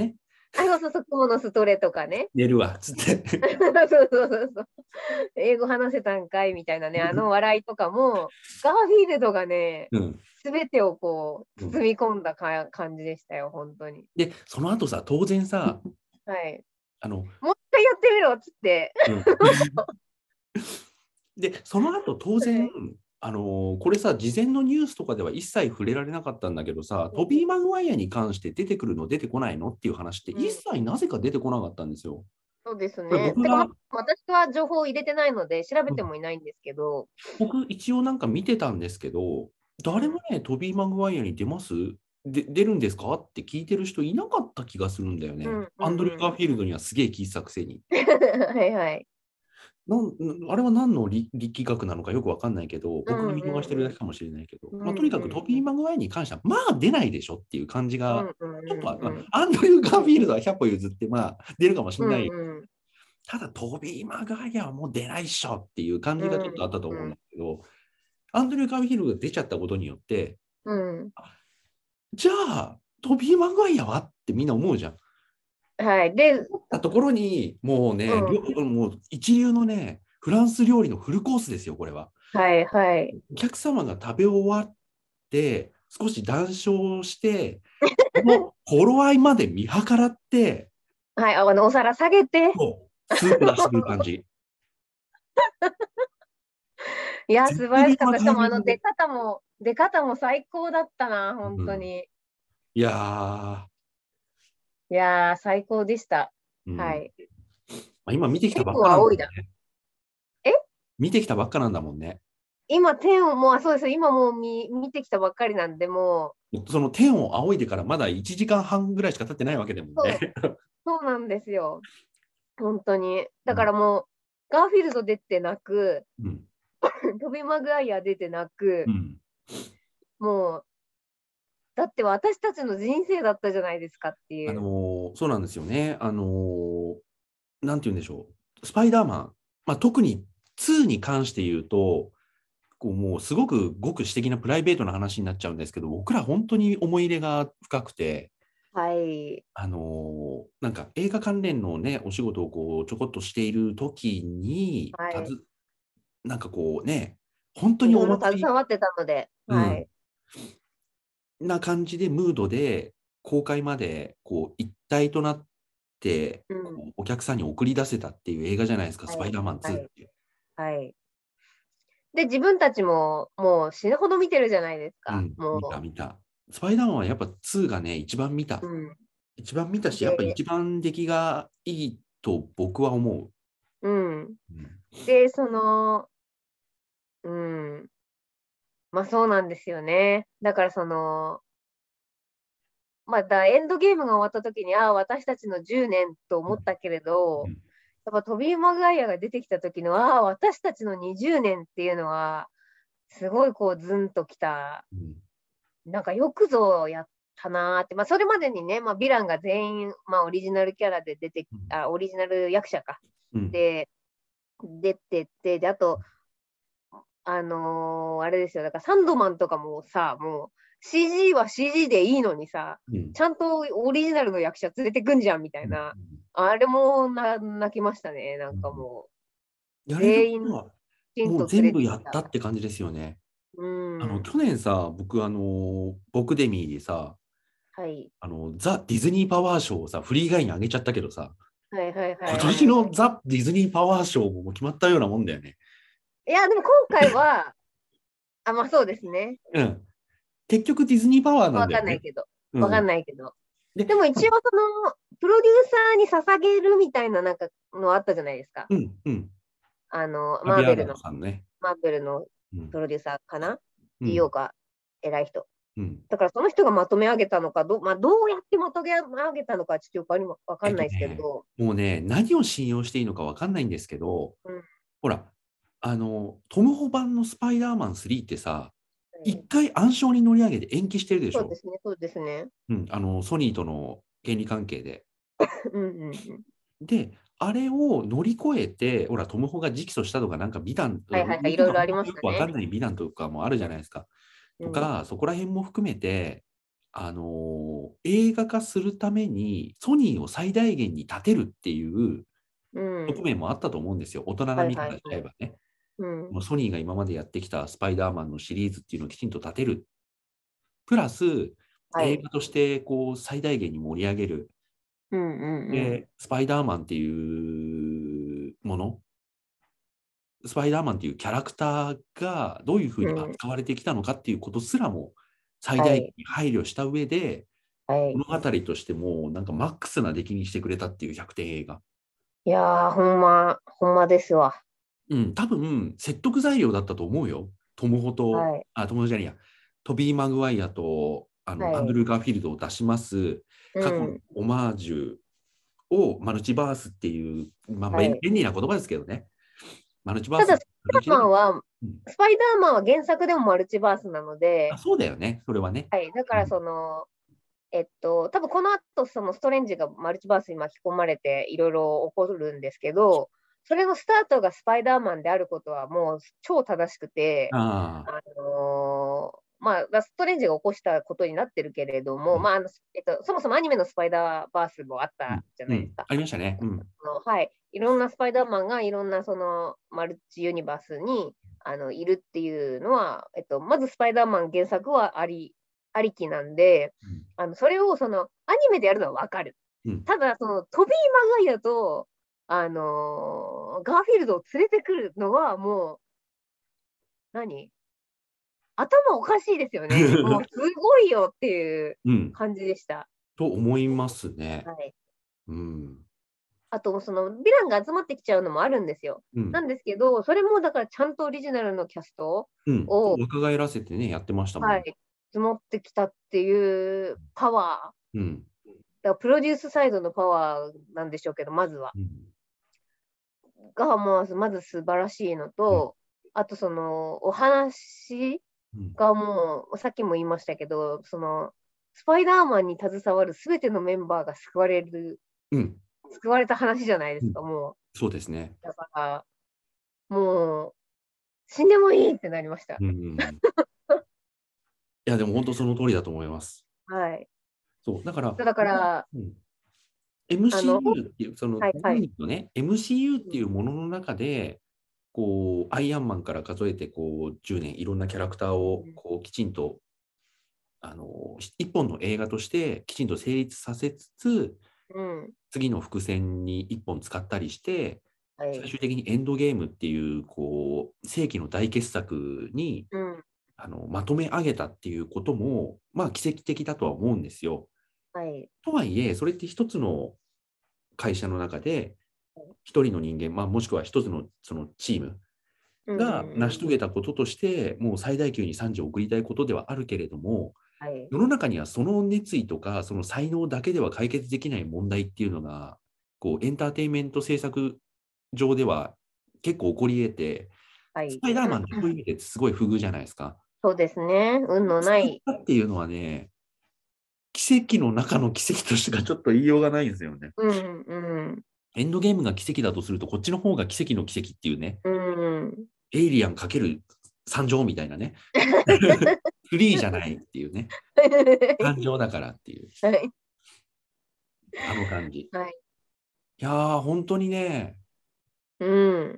[SPEAKER 2] あ、そうそうそう、雲のストレとかね。
[SPEAKER 1] 寝るわ、つって。
[SPEAKER 2] そうそうそうそう。英語話せたんかいみたいなね、あの笑いとかも、ガーフィールドがね、
[SPEAKER 1] うん。
[SPEAKER 2] すべてをこう、
[SPEAKER 1] うん
[SPEAKER 2] 包み込んだか感じでしたよ、本当に。
[SPEAKER 1] で、その後さ、当然さ、
[SPEAKER 2] はい。
[SPEAKER 1] あの、
[SPEAKER 2] もう一回やってみろっつって。
[SPEAKER 1] うん、で、その後当然、
[SPEAKER 2] はい。
[SPEAKER 1] あのーこれさ、事前のニュースとかでは一切触れられなかったんだけどさ、トビー・マグワイアに関して出てくるの、出てこないのっていう話って
[SPEAKER 2] うん、
[SPEAKER 1] 一切なぜか出てこなかったんですよ。
[SPEAKER 2] そうです
[SPEAKER 1] これ
[SPEAKER 2] ね。てか、ま
[SPEAKER 1] 僕が、
[SPEAKER 2] 私は情報を入れてないので、調べて
[SPEAKER 1] うん
[SPEAKER 2] もいないんですけど、
[SPEAKER 1] 僕一応なんか見てたんですけど、
[SPEAKER 2] うん、
[SPEAKER 1] 誰もね、トビー・マグワイアに出ますで出るんですかって聞いてる人いなかった気がするんだよね。
[SPEAKER 2] うん、うん、
[SPEAKER 1] アンドリュー・ガー
[SPEAKER 2] うん。
[SPEAKER 1] フィールドにはすげえ聞いてたくせに。
[SPEAKER 2] はいはい。
[SPEAKER 1] なんあれは何の力力学なのかよくわかんないけど、僕が
[SPEAKER 2] うん、
[SPEAKER 1] 見逃してるだ
[SPEAKER 2] うん、
[SPEAKER 1] けかもしれないけど、
[SPEAKER 2] うん、
[SPEAKER 1] まあ、とにかく
[SPEAKER 2] うん、うん、
[SPEAKER 1] トビー・マグワイアに関しては、まあ出ないでしょっていう感じが、
[SPEAKER 2] うん、うん、
[SPEAKER 1] ちょっとあ、
[SPEAKER 2] うん、
[SPEAKER 1] まあ、アンドリュー・ガーフィールドはひゃっぽ譲って、まあ出るかもしれないよ。
[SPEAKER 2] うん、
[SPEAKER 1] ただ、トビー・マグワイアはもう出ないっしょっていう感じがちょっとあったと思うんだ
[SPEAKER 2] うん、
[SPEAKER 1] けど、アンドリュー・ガーフィールドが出ちゃったことによって、
[SPEAKER 2] うん。
[SPEAKER 1] じゃあ、トビー・マグワイアはってみんな思うじゃん。
[SPEAKER 2] はい。で、
[SPEAKER 1] たところに、もうね、り
[SPEAKER 2] うん。
[SPEAKER 1] ょもう一流のね、フランス料理のフルコースですよ、これは。
[SPEAKER 2] はいはい。
[SPEAKER 1] お客様が食べ終わって、少し談笑して、この頃合いまで見計らって、
[SPEAKER 2] はい。あの、お皿下げて。
[SPEAKER 1] そうスープ出してくる感じ。
[SPEAKER 2] いや、素
[SPEAKER 1] 絶
[SPEAKER 2] 晴らしかった。し
[SPEAKER 1] 妙なタ
[SPEAKER 2] かも、あの、出
[SPEAKER 1] イミングで。
[SPEAKER 2] 方も、出方も最高だったな、本
[SPEAKER 1] うん、
[SPEAKER 2] 当に。
[SPEAKER 1] いや
[SPEAKER 2] いやー、最高でした。
[SPEAKER 1] ー、うん、
[SPEAKER 2] はい。
[SPEAKER 1] まあ、今見てきた
[SPEAKER 2] 天
[SPEAKER 1] ばっかなんだ
[SPEAKER 2] は青いだ。
[SPEAKER 1] もんね。
[SPEAKER 2] え
[SPEAKER 1] 見てきたばっかなんだもんね。
[SPEAKER 2] 今、天を、もう、そうです。今もう見、見てきたばっかりなんで、も
[SPEAKER 1] その天を仰いでからまだいちじかんはんぐらいしか経ってないわけでもん
[SPEAKER 2] う、そう、
[SPEAKER 1] ね。
[SPEAKER 2] そうなんですよ。本当に。だか
[SPEAKER 1] うん
[SPEAKER 2] らもう、ガーフィールド出てなく、
[SPEAKER 1] うん、
[SPEAKER 2] トビー・マグワイア出てなく、
[SPEAKER 1] うん、
[SPEAKER 2] もう、だって私たちの人生だったじゃないですかって
[SPEAKER 1] あ
[SPEAKER 2] いう。
[SPEAKER 1] のーそうなんですよね。あのーなんて言うんでしょう。スパイダーマン、まあ、特にツーに関して言うと、こうもうすごくごく私的なプライベートな話になっちゃうんですけど、僕ら本当に思い入れが深くて、
[SPEAKER 2] はい。
[SPEAKER 1] あのーなんか映画関連のね、お仕事をこうちょこっとしている時に、
[SPEAKER 2] はい。
[SPEAKER 1] たず、なんかこうね、本当にお
[SPEAKER 2] 自分も
[SPEAKER 1] 祭り、
[SPEAKER 2] 携わってたので、
[SPEAKER 1] うん、
[SPEAKER 2] はい。
[SPEAKER 1] な感じで、ムードで、公開までこう一体となって、
[SPEAKER 2] うん。
[SPEAKER 1] こうお客さんに送り出せたっていう映画じゃないですか、
[SPEAKER 2] はい。
[SPEAKER 1] スパイダーマン
[SPEAKER 2] はい。
[SPEAKER 1] ツーって。
[SPEAKER 2] はい。で、自分たちももう死ぬほど見てるじゃないですか。
[SPEAKER 1] うん、見た
[SPEAKER 2] も
[SPEAKER 1] 見た。スパイダーマンはやっぱツーがね、一番見た。
[SPEAKER 2] う。うん。
[SPEAKER 1] 一番見たし、やっぱ
[SPEAKER 2] で、
[SPEAKER 1] 一番出来がいいと僕は思う。
[SPEAKER 2] うん。
[SPEAKER 1] うん、
[SPEAKER 2] で、その、うん。まあそうなんですよね。だからその、またエンドゲームが終わった時に、ああ、私たちのじゅうねんと思ったけれど、
[SPEAKER 1] うん、
[SPEAKER 2] やっぱトビー・マグワイアが出てきた時の、ああ、私たちのにじゅうねんっていうのは、すごいこうズンときた、
[SPEAKER 1] うん、
[SPEAKER 2] なんかよくぞやったなーって、まあそれまでにね、まあヴィランが全員、まあオリジナルキャラで出て、あ、オリジナル役者か。
[SPEAKER 1] うん、
[SPEAKER 2] で、出てって、で、あと、あのーあれですよ、だからサンドマンとかもさ、もう シージー は シージー でいいのにさ、
[SPEAKER 1] うん、
[SPEAKER 2] ちゃんとオリジナルの役者連れてくんじゃんみたい
[SPEAKER 1] うん、
[SPEAKER 2] な、あれもな泣きましたね、なんか
[SPEAKER 1] うん。
[SPEAKER 2] もう、
[SPEAKER 1] やれる
[SPEAKER 2] 全員
[SPEAKER 1] ことは
[SPEAKER 2] きちんと連
[SPEAKER 1] もう全部
[SPEAKER 2] れてきた。
[SPEAKER 1] やったって感じですよね。
[SPEAKER 2] う
[SPEAKER 1] あの、
[SPEAKER 2] ん、
[SPEAKER 1] 去年さ、僕、あの、僕デミーでさ、
[SPEAKER 2] はい、
[SPEAKER 1] あの、ザ・ディズニーパワー賞をさ、フリー以外にあげちゃったけどさ、
[SPEAKER 2] はいはいは
[SPEAKER 1] 今
[SPEAKER 2] い。
[SPEAKER 1] 年のザ・ディズニーパワー賞ももう決まったようなもんだよね。
[SPEAKER 2] いや、でも今回は、あ、まあそうですね。
[SPEAKER 1] うん。結局ディズニーパワーなん
[SPEAKER 2] わ
[SPEAKER 1] だよね。
[SPEAKER 2] かんないけど、わかん
[SPEAKER 1] うん。
[SPEAKER 2] ないけど。
[SPEAKER 1] で、
[SPEAKER 2] でも一応その、プロデューサーに捧げるみたいななんかのあったじゃないですか。
[SPEAKER 1] うん、うん。
[SPEAKER 2] あの、
[SPEAKER 1] アビアダム
[SPEAKER 2] マーベルの、
[SPEAKER 1] さんね。
[SPEAKER 2] マーベルの
[SPEAKER 1] うん、
[SPEAKER 2] プロデューサーかな
[SPEAKER 1] うん、
[SPEAKER 2] ?シーイーオー か、偉い人。
[SPEAKER 1] うん。
[SPEAKER 2] だからその人がまとめ上げたのか、ど,、まあ、どうやってまとめ上げたのかちょっとよくわか
[SPEAKER 1] えっ
[SPEAKER 2] んないですけ
[SPEAKER 1] とね、
[SPEAKER 2] ど、
[SPEAKER 1] もうね、何を信用していいのか分かんないんですけど、
[SPEAKER 2] うん、
[SPEAKER 1] ほら、あの、トム・ホ版のスパイダーマンスリーってさ、一
[SPEAKER 2] うん、
[SPEAKER 1] 回暗礁に乗り上げて延期してるでしょ。
[SPEAKER 2] そうですね、そうですね。
[SPEAKER 1] うん、あの、ソニーとの権利関係で。
[SPEAKER 2] うんうんうん。
[SPEAKER 1] で、あれを乗り越えて、ほら、トム・ホが直訴したとか、なんか美談、
[SPEAKER 2] はいはいはい、い
[SPEAKER 1] 僕が本
[SPEAKER 2] ろいろありま
[SPEAKER 1] 当によくわか
[SPEAKER 2] したね。
[SPEAKER 1] んない美談とかもあるじゃないですか。
[SPEAKER 2] うん、
[SPEAKER 1] とか、そこら辺も含めて、 あの映画化するためにソニーを最大限に立てるっていう側
[SPEAKER 2] うん。
[SPEAKER 1] 面もあったと思うんですよ。大人な
[SPEAKER 2] はい
[SPEAKER 1] 見方し
[SPEAKER 2] はいはい。
[SPEAKER 1] ちゃえばね。
[SPEAKER 2] うん。
[SPEAKER 1] ソニーが今までやってきたスパイダーマンのシリーズっていうのをきちんと立てる。プラス、
[SPEAKER 2] はい。
[SPEAKER 1] 映画としてこう最大限に盛り上げる。
[SPEAKER 2] うんうんうん。
[SPEAKER 1] で、スパイダーマンっていうもの、スパイダーマンっていうキャラクターがどういうふうに
[SPEAKER 2] うん。
[SPEAKER 1] 扱われてきたのかっていうことすらも最大限
[SPEAKER 2] はい。
[SPEAKER 1] に配慮した上で、
[SPEAKER 2] はい。
[SPEAKER 1] 物語としてもなんかマックスな出来にしてくれたっていうひゃくてん映画。
[SPEAKER 2] いやー、ほんま、ほんまですわ。
[SPEAKER 1] うん、多分説得材料だったと思うよ。トムホと、
[SPEAKER 2] はい。
[SPEAKER 1] あ、トムホじゃねえや、トビー・マグワイアとあのアンド
[SPEAKER 2] はい。
[SPEAKER 1] ルー・ガーフィールドを出します、
[SPEAKER 2] う
[SPEAKER 1] 過去の
[SPEAKER 2] ん。
[SPEAKER 1] オマージュをマルチバースっていう、まあ、
[SPEAKER 2] はい。
[SPEAKER 1] 便利な言葉ですけどね。マルチバー
[SPEAKER 2] ただ、
[SPEAKER 1] スの
[SPEAKER 2] スパイダー
[SPEAKER 1] 形で、
[SPEAKER 2] マンは、
[SPEAKER 1] うん、
[SPEAKER 2] スパイダーマンは原作でもマルチバースなの
[SPEAKER 1] あ、
[SPEAKER 2] で、
[SPEAKER 1] そうだよね、それはね。
[SPEAKER 2] はい。だか
[SPEAKER 1] うん、
[SPEAKER 2] らその、えっと、多分この後、そのストレンジがマルチバースに巻き込まれていろいろ起こるんですけど、それのスタートがスパイダーマンであることはもう超正しくて、
[SPEAKER 1] ああ、
[SPEAKER 2] あのーまあ、ストレンジが起こしたことになってるけれども、
[SPEAKER 1] うん、
[SPEAKER 2] まああのえっと、そもそもアニメのスパイダーバースもあっ
[SPEAKER 1] うん、
[SPEAKER 2] たじゃ
[SPEAKER 1] うん、
[SPEAKER 2] ないですか。
[SPEAKER 1] ありましたね。うん、
[SPEAKER 2] あのはい、いろんなスパイダーマンがいろんなそのマルチユニバースにあのいるっていうのは、えっと、まずスパイダーマン原作はありありきなんで、
[SPEAKER 1] うん、
[SPEAKER 2] あのそれをそのアニメでやるのはわかる。
[SPEAKER 1] うん、
[SPEAKER 2] ただ、そのトビー・マグワイアと、あのーガーフィールドを連れてくるのはもう、何頭おかしいですよね。もうすごいよっていう
[SPEAKER 1] うん、
[SPEAKER 2] 感じでした。
[SPEAKER 1] と思いますね。
[SPEAKER 2] はい。
[SPEAKER 1] うん、
[SPEAKER 2] あと、その、ヴィランが集まってきちゃうのもあるんですよ。
[SPEAKER 1] うん、
[SPEAKER 2] なんですけど、それもだからちゃんとオリジナルのキャスト
[SPEAKER 1] うん、
[SPEAKER 2] を、
[SPEAKER 1] 若返らせてね、やってましたもん。
[SPEAKER 2] はい、積もってきたっていうパワ
[SPEAKER 1] うん、
[SPEAKER 2] ー、だからプロデュースサイドのパワーなんでしょうけど、まずは。
[SPEAKER 1] うん、
[SPEAKER 2] が、もう、まず素晴らしいの
[SPEAKER 1] うん、
[SPEAKER 2] と、あと、その、お話
[SPEAKER 1] うん、
[SPEAKER 2] がもう、さっきも言いましたけど、その、スパイダーマンに携わるすべてのメンバーが救われる、
[SPEAKER 1] うん、
[SPEAKER 2] 救われた話じゃないで
[SPEAKER 1] うん、
[SPEAKER 2] すか、も
[SPEAKER 1] そうですね。
[SPEAKER 2] う。だから、もう、死んでもいいってなりました。
[SPEAKER 1] うん、いや、でも本当その通りだと思います。
[SPEAKER 2] はい。
[SPEAKER 1] そう、だから、
[SPEAKER 2] だから、
[SPEAKER 1] うん、
[SPEAKER 2] あの、
[SPEAKER 1] エムシーユー っていう、その、
[SPEAKER 2] はいはい。
[SPEAKER 1] ディズニーのね、エムシーユー っていうものの中で、こう、アイアンマンから数えて、こう、じゅうねん、いろんなキャラクターを、こう、きちんと、あの、一本の映画としてきちんと成立させつつ、
[SPEAKER 2] うん。
[SPEAKER 1] 次の伏線に一本使ったりして、
[SPEAKER 2] はい。
[SPEAKER 1] 最終的にエンドゲームっていう、こう、世紀の大傑作に
[SPEAKER 2] うん。
[SPEAKER 1] あのまとめ上げたっていうことも、まあ、奇跡的だとは思うんですよ。
[SPEAKER 2] はい。
[SPEAKER 1] とはいえ、それって一つの会社の中で、一人の人間、まあ、もしくは一つのそのチーム
[SPEAKER 2] うん。
[SPEAKER 1] が成し
[SPEAKER 2] うん。
[SPEAKER 1] 遂げたこととして、もう最大級に賛辞を送りたいことではあるけれども、
[SPEAKER 2] はい。
[SPEAKER 1] 世の中にはその熱意とか、その才能だけでは解決できない問題っていうのが、こうエンターテインメント制作上では結構起こり得て、
[SPEAKER 2] はい。
[SPEAKER 1] スパイダーマンってそういう意味ですごい不遇じゃないですか。
[SPEAKER 2] そうですね。運のない。
[SPEAKER 1] っていうのはね、奇跡の中の奇跡としかちょっと言いようがないんですよね。
[SPEAKER 2] うん。うん。
[SPEAKER 1] エンドゲームが奇跡だとすると、こっちの方が奇跡の奇跡っていうね、
[SPEAKER 2] うん。
[SPEAKER 1] エイリアンかけるさん乗みたいなね、フリーじゃないっていうね、感情だからっていう、
[SPEAKER 2] はい。
[SPEAKER 1] あの感じ。い
[SPEAKER 2] はい。
[SPEAKER 1] やー、本当にね、
[SPEAKER 2] うん。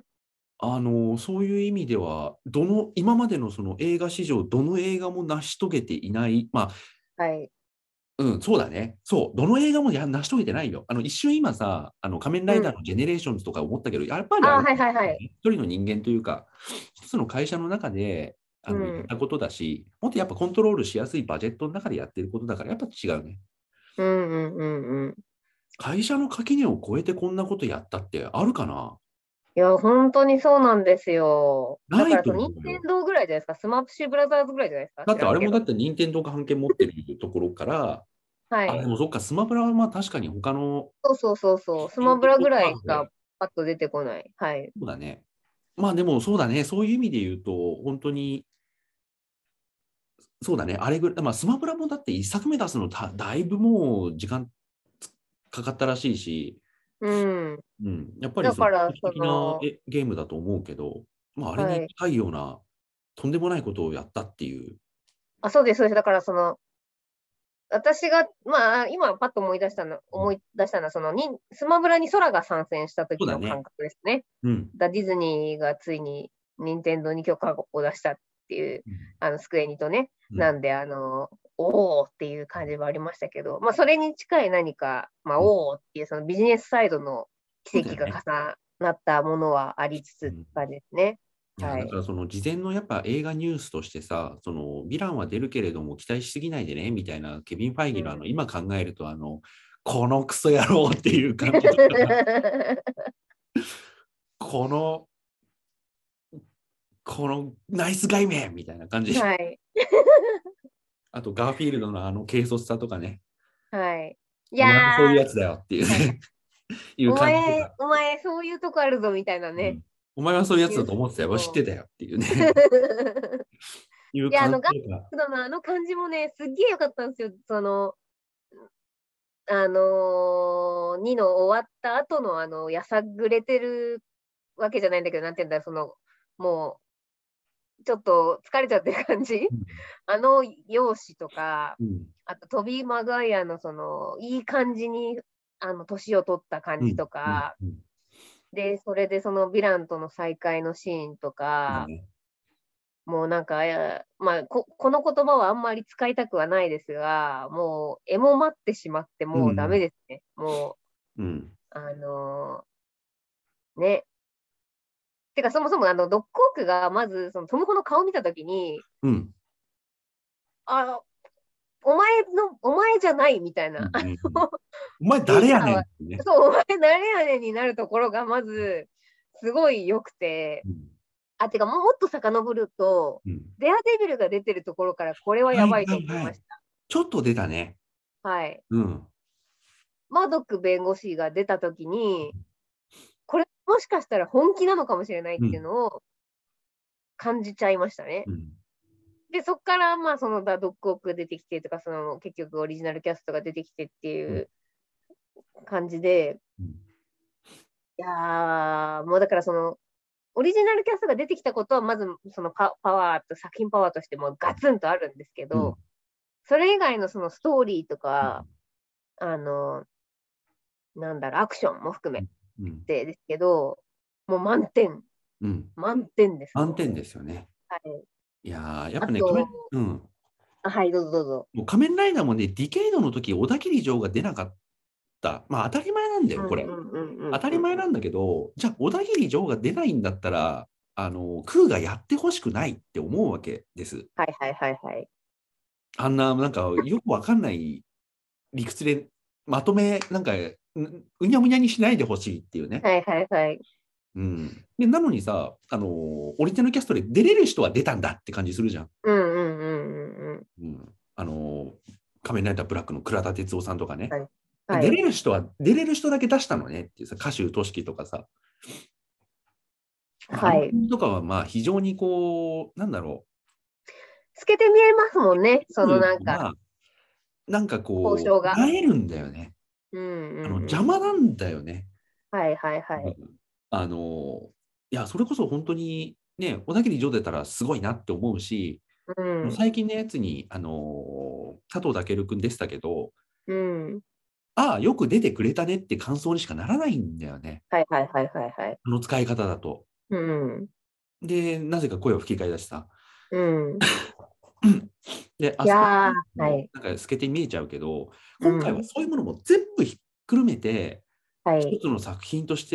[SPEAKER 1] あのーそういう意味では、どの、今までのその映画史上、どの映画も成し遂げていない、まあ、
[SPEAKER 2] はい。
[SPEAKER 1] うん、そうだね。そう、どの映画もや成し遂げてないよ。あの、一瞬今さ、あの、仮面ライ
[SPEAKER 2] うん。
[SPEAKER 1] ダーのジェネレーションズとか思ったけど、やっぱりあ
[SPEAKER 2] ああ、
[SPEAKER 1] れ、
[SPEAKER 2] はいはいはい。
[SPEAKER 1] 一人の人間というか、一つの会社の中で、あの、やっ
[SPEAKER 2] うん。
[SPEAKER 1] たことだし、もっとやっぱコントロールしやすいバジェットの中でやってることだから、やっぱ違うね。
[SPEAKER 2] うんうんうんうん。
[SPEAKER 1] 会社の垣根を越えてこんなことやったってあるかな？
[SPEAKER 2] いや、本当にそうなんですよ。だから、
[SPEAKER 1] ないと
[SPEAKER 2] その、
[SPEAKER 1] 思うよ。
[SPEAKER 2] 任天堂ぐらいじゃないですか。スマッシュブラザーズぐらいじゃないですか。
[SPEAKER 1] だってあれもだ
[SPEAKER 2] 知らんけど。
[SPEAKER 1] って任天堂が版権持ってるところから、あ、で
[SPEAKER 2] はい。
[SPEAKER 1] もそっか、スマブラはまあ確かに他の
[SPEAKER 2] そうそうそうそう。スマ
[SPEAKER 1] 任天堂
[SPEAKER 2] ブラぐら
[SPEAKER 1] パークで、
[SPEAKER 2] いしかパッと出てこない。はい。
[SPEAKER 1] そうだね。まあでもそうだね、そういう意味で言うと、本当に、そうだね、あれぐらい、まあスマブラもだって一作目出すのだ、だいぶもう時間かかったらしいし、
[SPEAKER 2] うん。
[SPEAKER 1] うん、やっぱりその
[SPEAKER 2] だから、そ
[SPEAKER 1] 的な
[SPEAKER 2] の、
[SPEAKER 1] えゲームだと思うけど、まああれ
[SPEAKER 2] はい。
[SPEAKER 1] に近いようなとんでもないことをやったっていう。
[SPEAKER 2] あ、そうです、そうです。だから、その、 私が、まあ、今パッと思い出したの、思い出したのは、そのに、スマブラに空が参戦した
[SPEAKER 1] そうだね。
[SPEAKER 2] 時の感覚ですね。
[SPEAKER 1] うん。
[SPEAKER 2] だディズニーがついに任天堂に許可を出したっていう、
[SPEAKER 1] うん
[SPEAKER 2] あのスクエニとね、
[SPEAKER 1] うん
[SPEAKER 2] なんで、あの、おーっていう感じはありましたけど、まあ、それに近い何か、まあ、
[SPEAKER 1] うん
[SPEAKER 2] おーっていう、そのビジネスサイドの奇跡が
[SPEAKER 1] そうだよね。
[SPEAKER 2] 重なったものはありつつって
[SPEAKER 1] うん
[SPEAKER 2] 感じですね。
[SPEAKER 1] いや、
[SPEAKER 2] はい。
[SPEAKER 1] だからその事前のやっぱ映画ニュースとしてさ、そのヴィランは出るけれども期待しすぎないでね、みたいなケビン・ファイギーのあの、
[SPEAKER 2] うん。
[SPEAKER 1] 今考えるとあの、このクソ野郎っていう感じとか、この、このナイスガイメンみたいな感じ。
[SPEAKER 2] はい。
[SPEAKER 1] あとガーフィールドのあの軽率さとかね、
[SPEAKER 2] はい。い
[SPEAKER 1] お前もそういう
[SPEAKER 2] や
[SPEAKER 1] やつだよっていうね、い
[SPEAKER 2] ー、
[SPEAKER 1] う
[SPEAKER 2] お前、
[SPEAKER 1] 感じとか、
[SPEAKER 2] お前、そういうとこあるぞみたいなね。
[SPEAKER 1] うん、お前はそういうやつだ
[SPEAKER 2] いう
[SPEAKER 1] と思ってたよ、知っ
[SPEAKER 2] そう。
[SPEAKER 1] てたよっていうね、いう
[SPEAKER 2] いや、あ
[SPEAKER 1] 感
[SPEAKER 2] の、ガ
[SPEAKER 1] じとか。
[SPEAKER 2] ッツのあの感じもね、すっげえ良かったんですよ。その、あのー、にの終わった後の、あの、やさぐれてるわけじゃないんだけど、なんていうんだろう、その、もう、ちょっと疲れちゃってる感じ。
[SPEAKER 1] うん
[SPEAKER 2] あの容姿とか、
[SPEAKER 1] うん
[SPEAKER 2] あとトビー・マグワイアのその、いい感じに、あの、年を取った感じ
[SPEAKER 1] うん
[SPEAKER 2] とか、
[SPEAKER 1] うんうん
[SPEAKER 2] で、それでそのヴィランとの再会のシーンとか、
[SPEAKER 1] そうだね。
[SPEAKER 2] もうなんか、やまあこ、この言葉はあんまり使いたくはないですが、もう、エモまってしまってもうダメ
[SPEAKER 1] うん
[SPEAKER 2] ですね。も
[SPEAKER 1] うん
[SPEAKER 2] う、あのーね。てか、そもそもあの、ドッグオークがまず、そのトムコの顔見たときに、
[SPEAKER 1] うん
[SPEAKER 2] あ、お前の、お前じゃないみたいな。
[SPEAKER 1] うん
[SPEAKER 2] あ
[SPEAKER 1] うんうん
[SPEAKER 2] の、
[SPEAKER 1] お前
[SPEAKER 2] ピーターは、
[SPEAKER 1] 誰やねんってね。
[SPEAKER 2] そう、お前誰やねんになるところがまず、すごい良くて、
[SPEAKER 1] うん
[SPEAKER 2] あ、てかもうもっと遡ると、
[SPEAKER 1] うん
[SPEAKER 2] デアデビルが出てるところからこれは
[SPEAKER 1] はい
[SPEAKER 2] やばいと
[SPEAKER 1] はいはい。
[SPEAKER 2] 思いました。
[SPEAKER 1] ちょっと出たね。
[SPEAKER 2] はい。
[SPEAKER 1] うん。
[SPEAKER 2] マードック弁護士が出たときに、これもしかしたら本気なのかもしれないっ
[SPEAKER 1] うん。
[SPEAKER 2] ていうのを感じちゃいましたね。
[SPEAKER 1] うん。
[SPEAKER 2] で、そこからまあそのダドッグオークが出てきてとか、その結局オリジナルキャストが出てきてって
[SPEAKER 1] うん。
[SPEAKER 2] いう感じで、
[SPEAKER 1] うん
[SPEAKER 2] いやー、もうだからその、オリジナルキャストが出てきたことは、まずそのパパワーと、作品パワーとしてもガツンとあるんですけ
[SPEAKER 1] うん
[SPEAKER 2] ど、それ以外のそのストーリーとか、
[SPEAKER 1] うん
[SPEAKER 2] あの、なんだろう、アクションも含め
[SPEAKER 1] うん
[SPEAKER 2] てですけど、もう満点、
[SPEAKER 1] うん
[SPEAKER 2] 満点です、も
[SPEAKER 1] 満点ですよね。
[SPEAKER 2] う。はい。
[SPEAKER 1] いやー、やっぱね、仮
[SPEAKER 2] あと、
[SPEAKER 1] 面、うん。
[SPEAKER 2] あはい、どうぞどうぞ。
[SPEAKER 1] もう仮面ライダーもね、ディケイドの時、小田切城が出なかった。まあ当たり前なんだよ、これ。
[SPEAKER 2] うんうんうんう
[SPEAKER 1] 当た
[SPEAKER 2] んうんうん。
[SPEAKER 1] り前なんだけど、じゃあ小田切城が出ないんだったら、あの、クーがやってほしくないって思うわけです。
[SPEAKER 2] はいはいはいはい。
[SPEAKER 1] あんな、なんか、よくわかんない理屈でまとめ、なんか、ううにゃむにゃにしないでほしいっていうね。
[SPEAKER 2] はいはいはい。
[SPEAKER 1] うん。で、なのにさ、あのーオリジナルキャストで出れる人は出たんだって感じするじゃん。
[SPEAKER 2] うんうんうんうんうん。
[SPEAKER 1] うん。あのー仮面ライダーブラックの倉田哲夫さんとかね。
[SPEAKER 2] はい。は
[SPEAKER 1] 出
[SPEAKER 2] い。
[SPEAKER 1] れる人は、出れる人だけ出したのねっていうさ、歌手としきとかさ、まあ、あの
[SPEAKER 2] はい。
[SPEAKER 1] 辺とかはまあ非常にこう、なんだろ
[SPEAKER 2] 透けて見えますもんね。その
[SPEAKER 1] う、
[SPEAKER 2] なんか、
[SPEAKER 1] まあ、なんかこう、
[SPEAKER 2] 交渉が。
[SPEAKER 1] 映えるんだよね。
[SPEAKER 2] うんう
[SPEAKER 1] あの、
[SPEAKER 2] んうん。
[SPEAKER 1] 邪魔なんだよね。
[SPEAKER 2] はいはいはい。
[SPEAKER 1] うんあの、いや、それこそ本当にね、小田切城出たらすごいなって思うし、
[SPEAKER 2] うん。
[SPEAKER 1] 最近のやつに、あの、佐藤健君でしたけど、
[SPEAKER 2] うん。
[SPEAKER 1] ああ、よく出てくれたねって感想にしかならないんだよね。
[SPEAKER 2] はいはいはいはいはい。
[SPEAKER 1] この使い方だと。
[SPEAKER 2] うん。
[SPEAKER 1] で、なぜか声を吹き替え出した。
[SPEAKER 2] うん。
[SPEAKER 1] で、あそこ
[SPEAKER 2] いやー、は
[SPEAKER 1] も
[SPEAKER 2] い。
[SPEAKER 1] なんか透けて見えちゃうけど、今回は
[SPEAKER 2] うん。
[SPEAKER 1] そういうものも全部ひっくるめて、
[SPEAKER 2] はい。
[SPEAKER 1] 一つの作品として、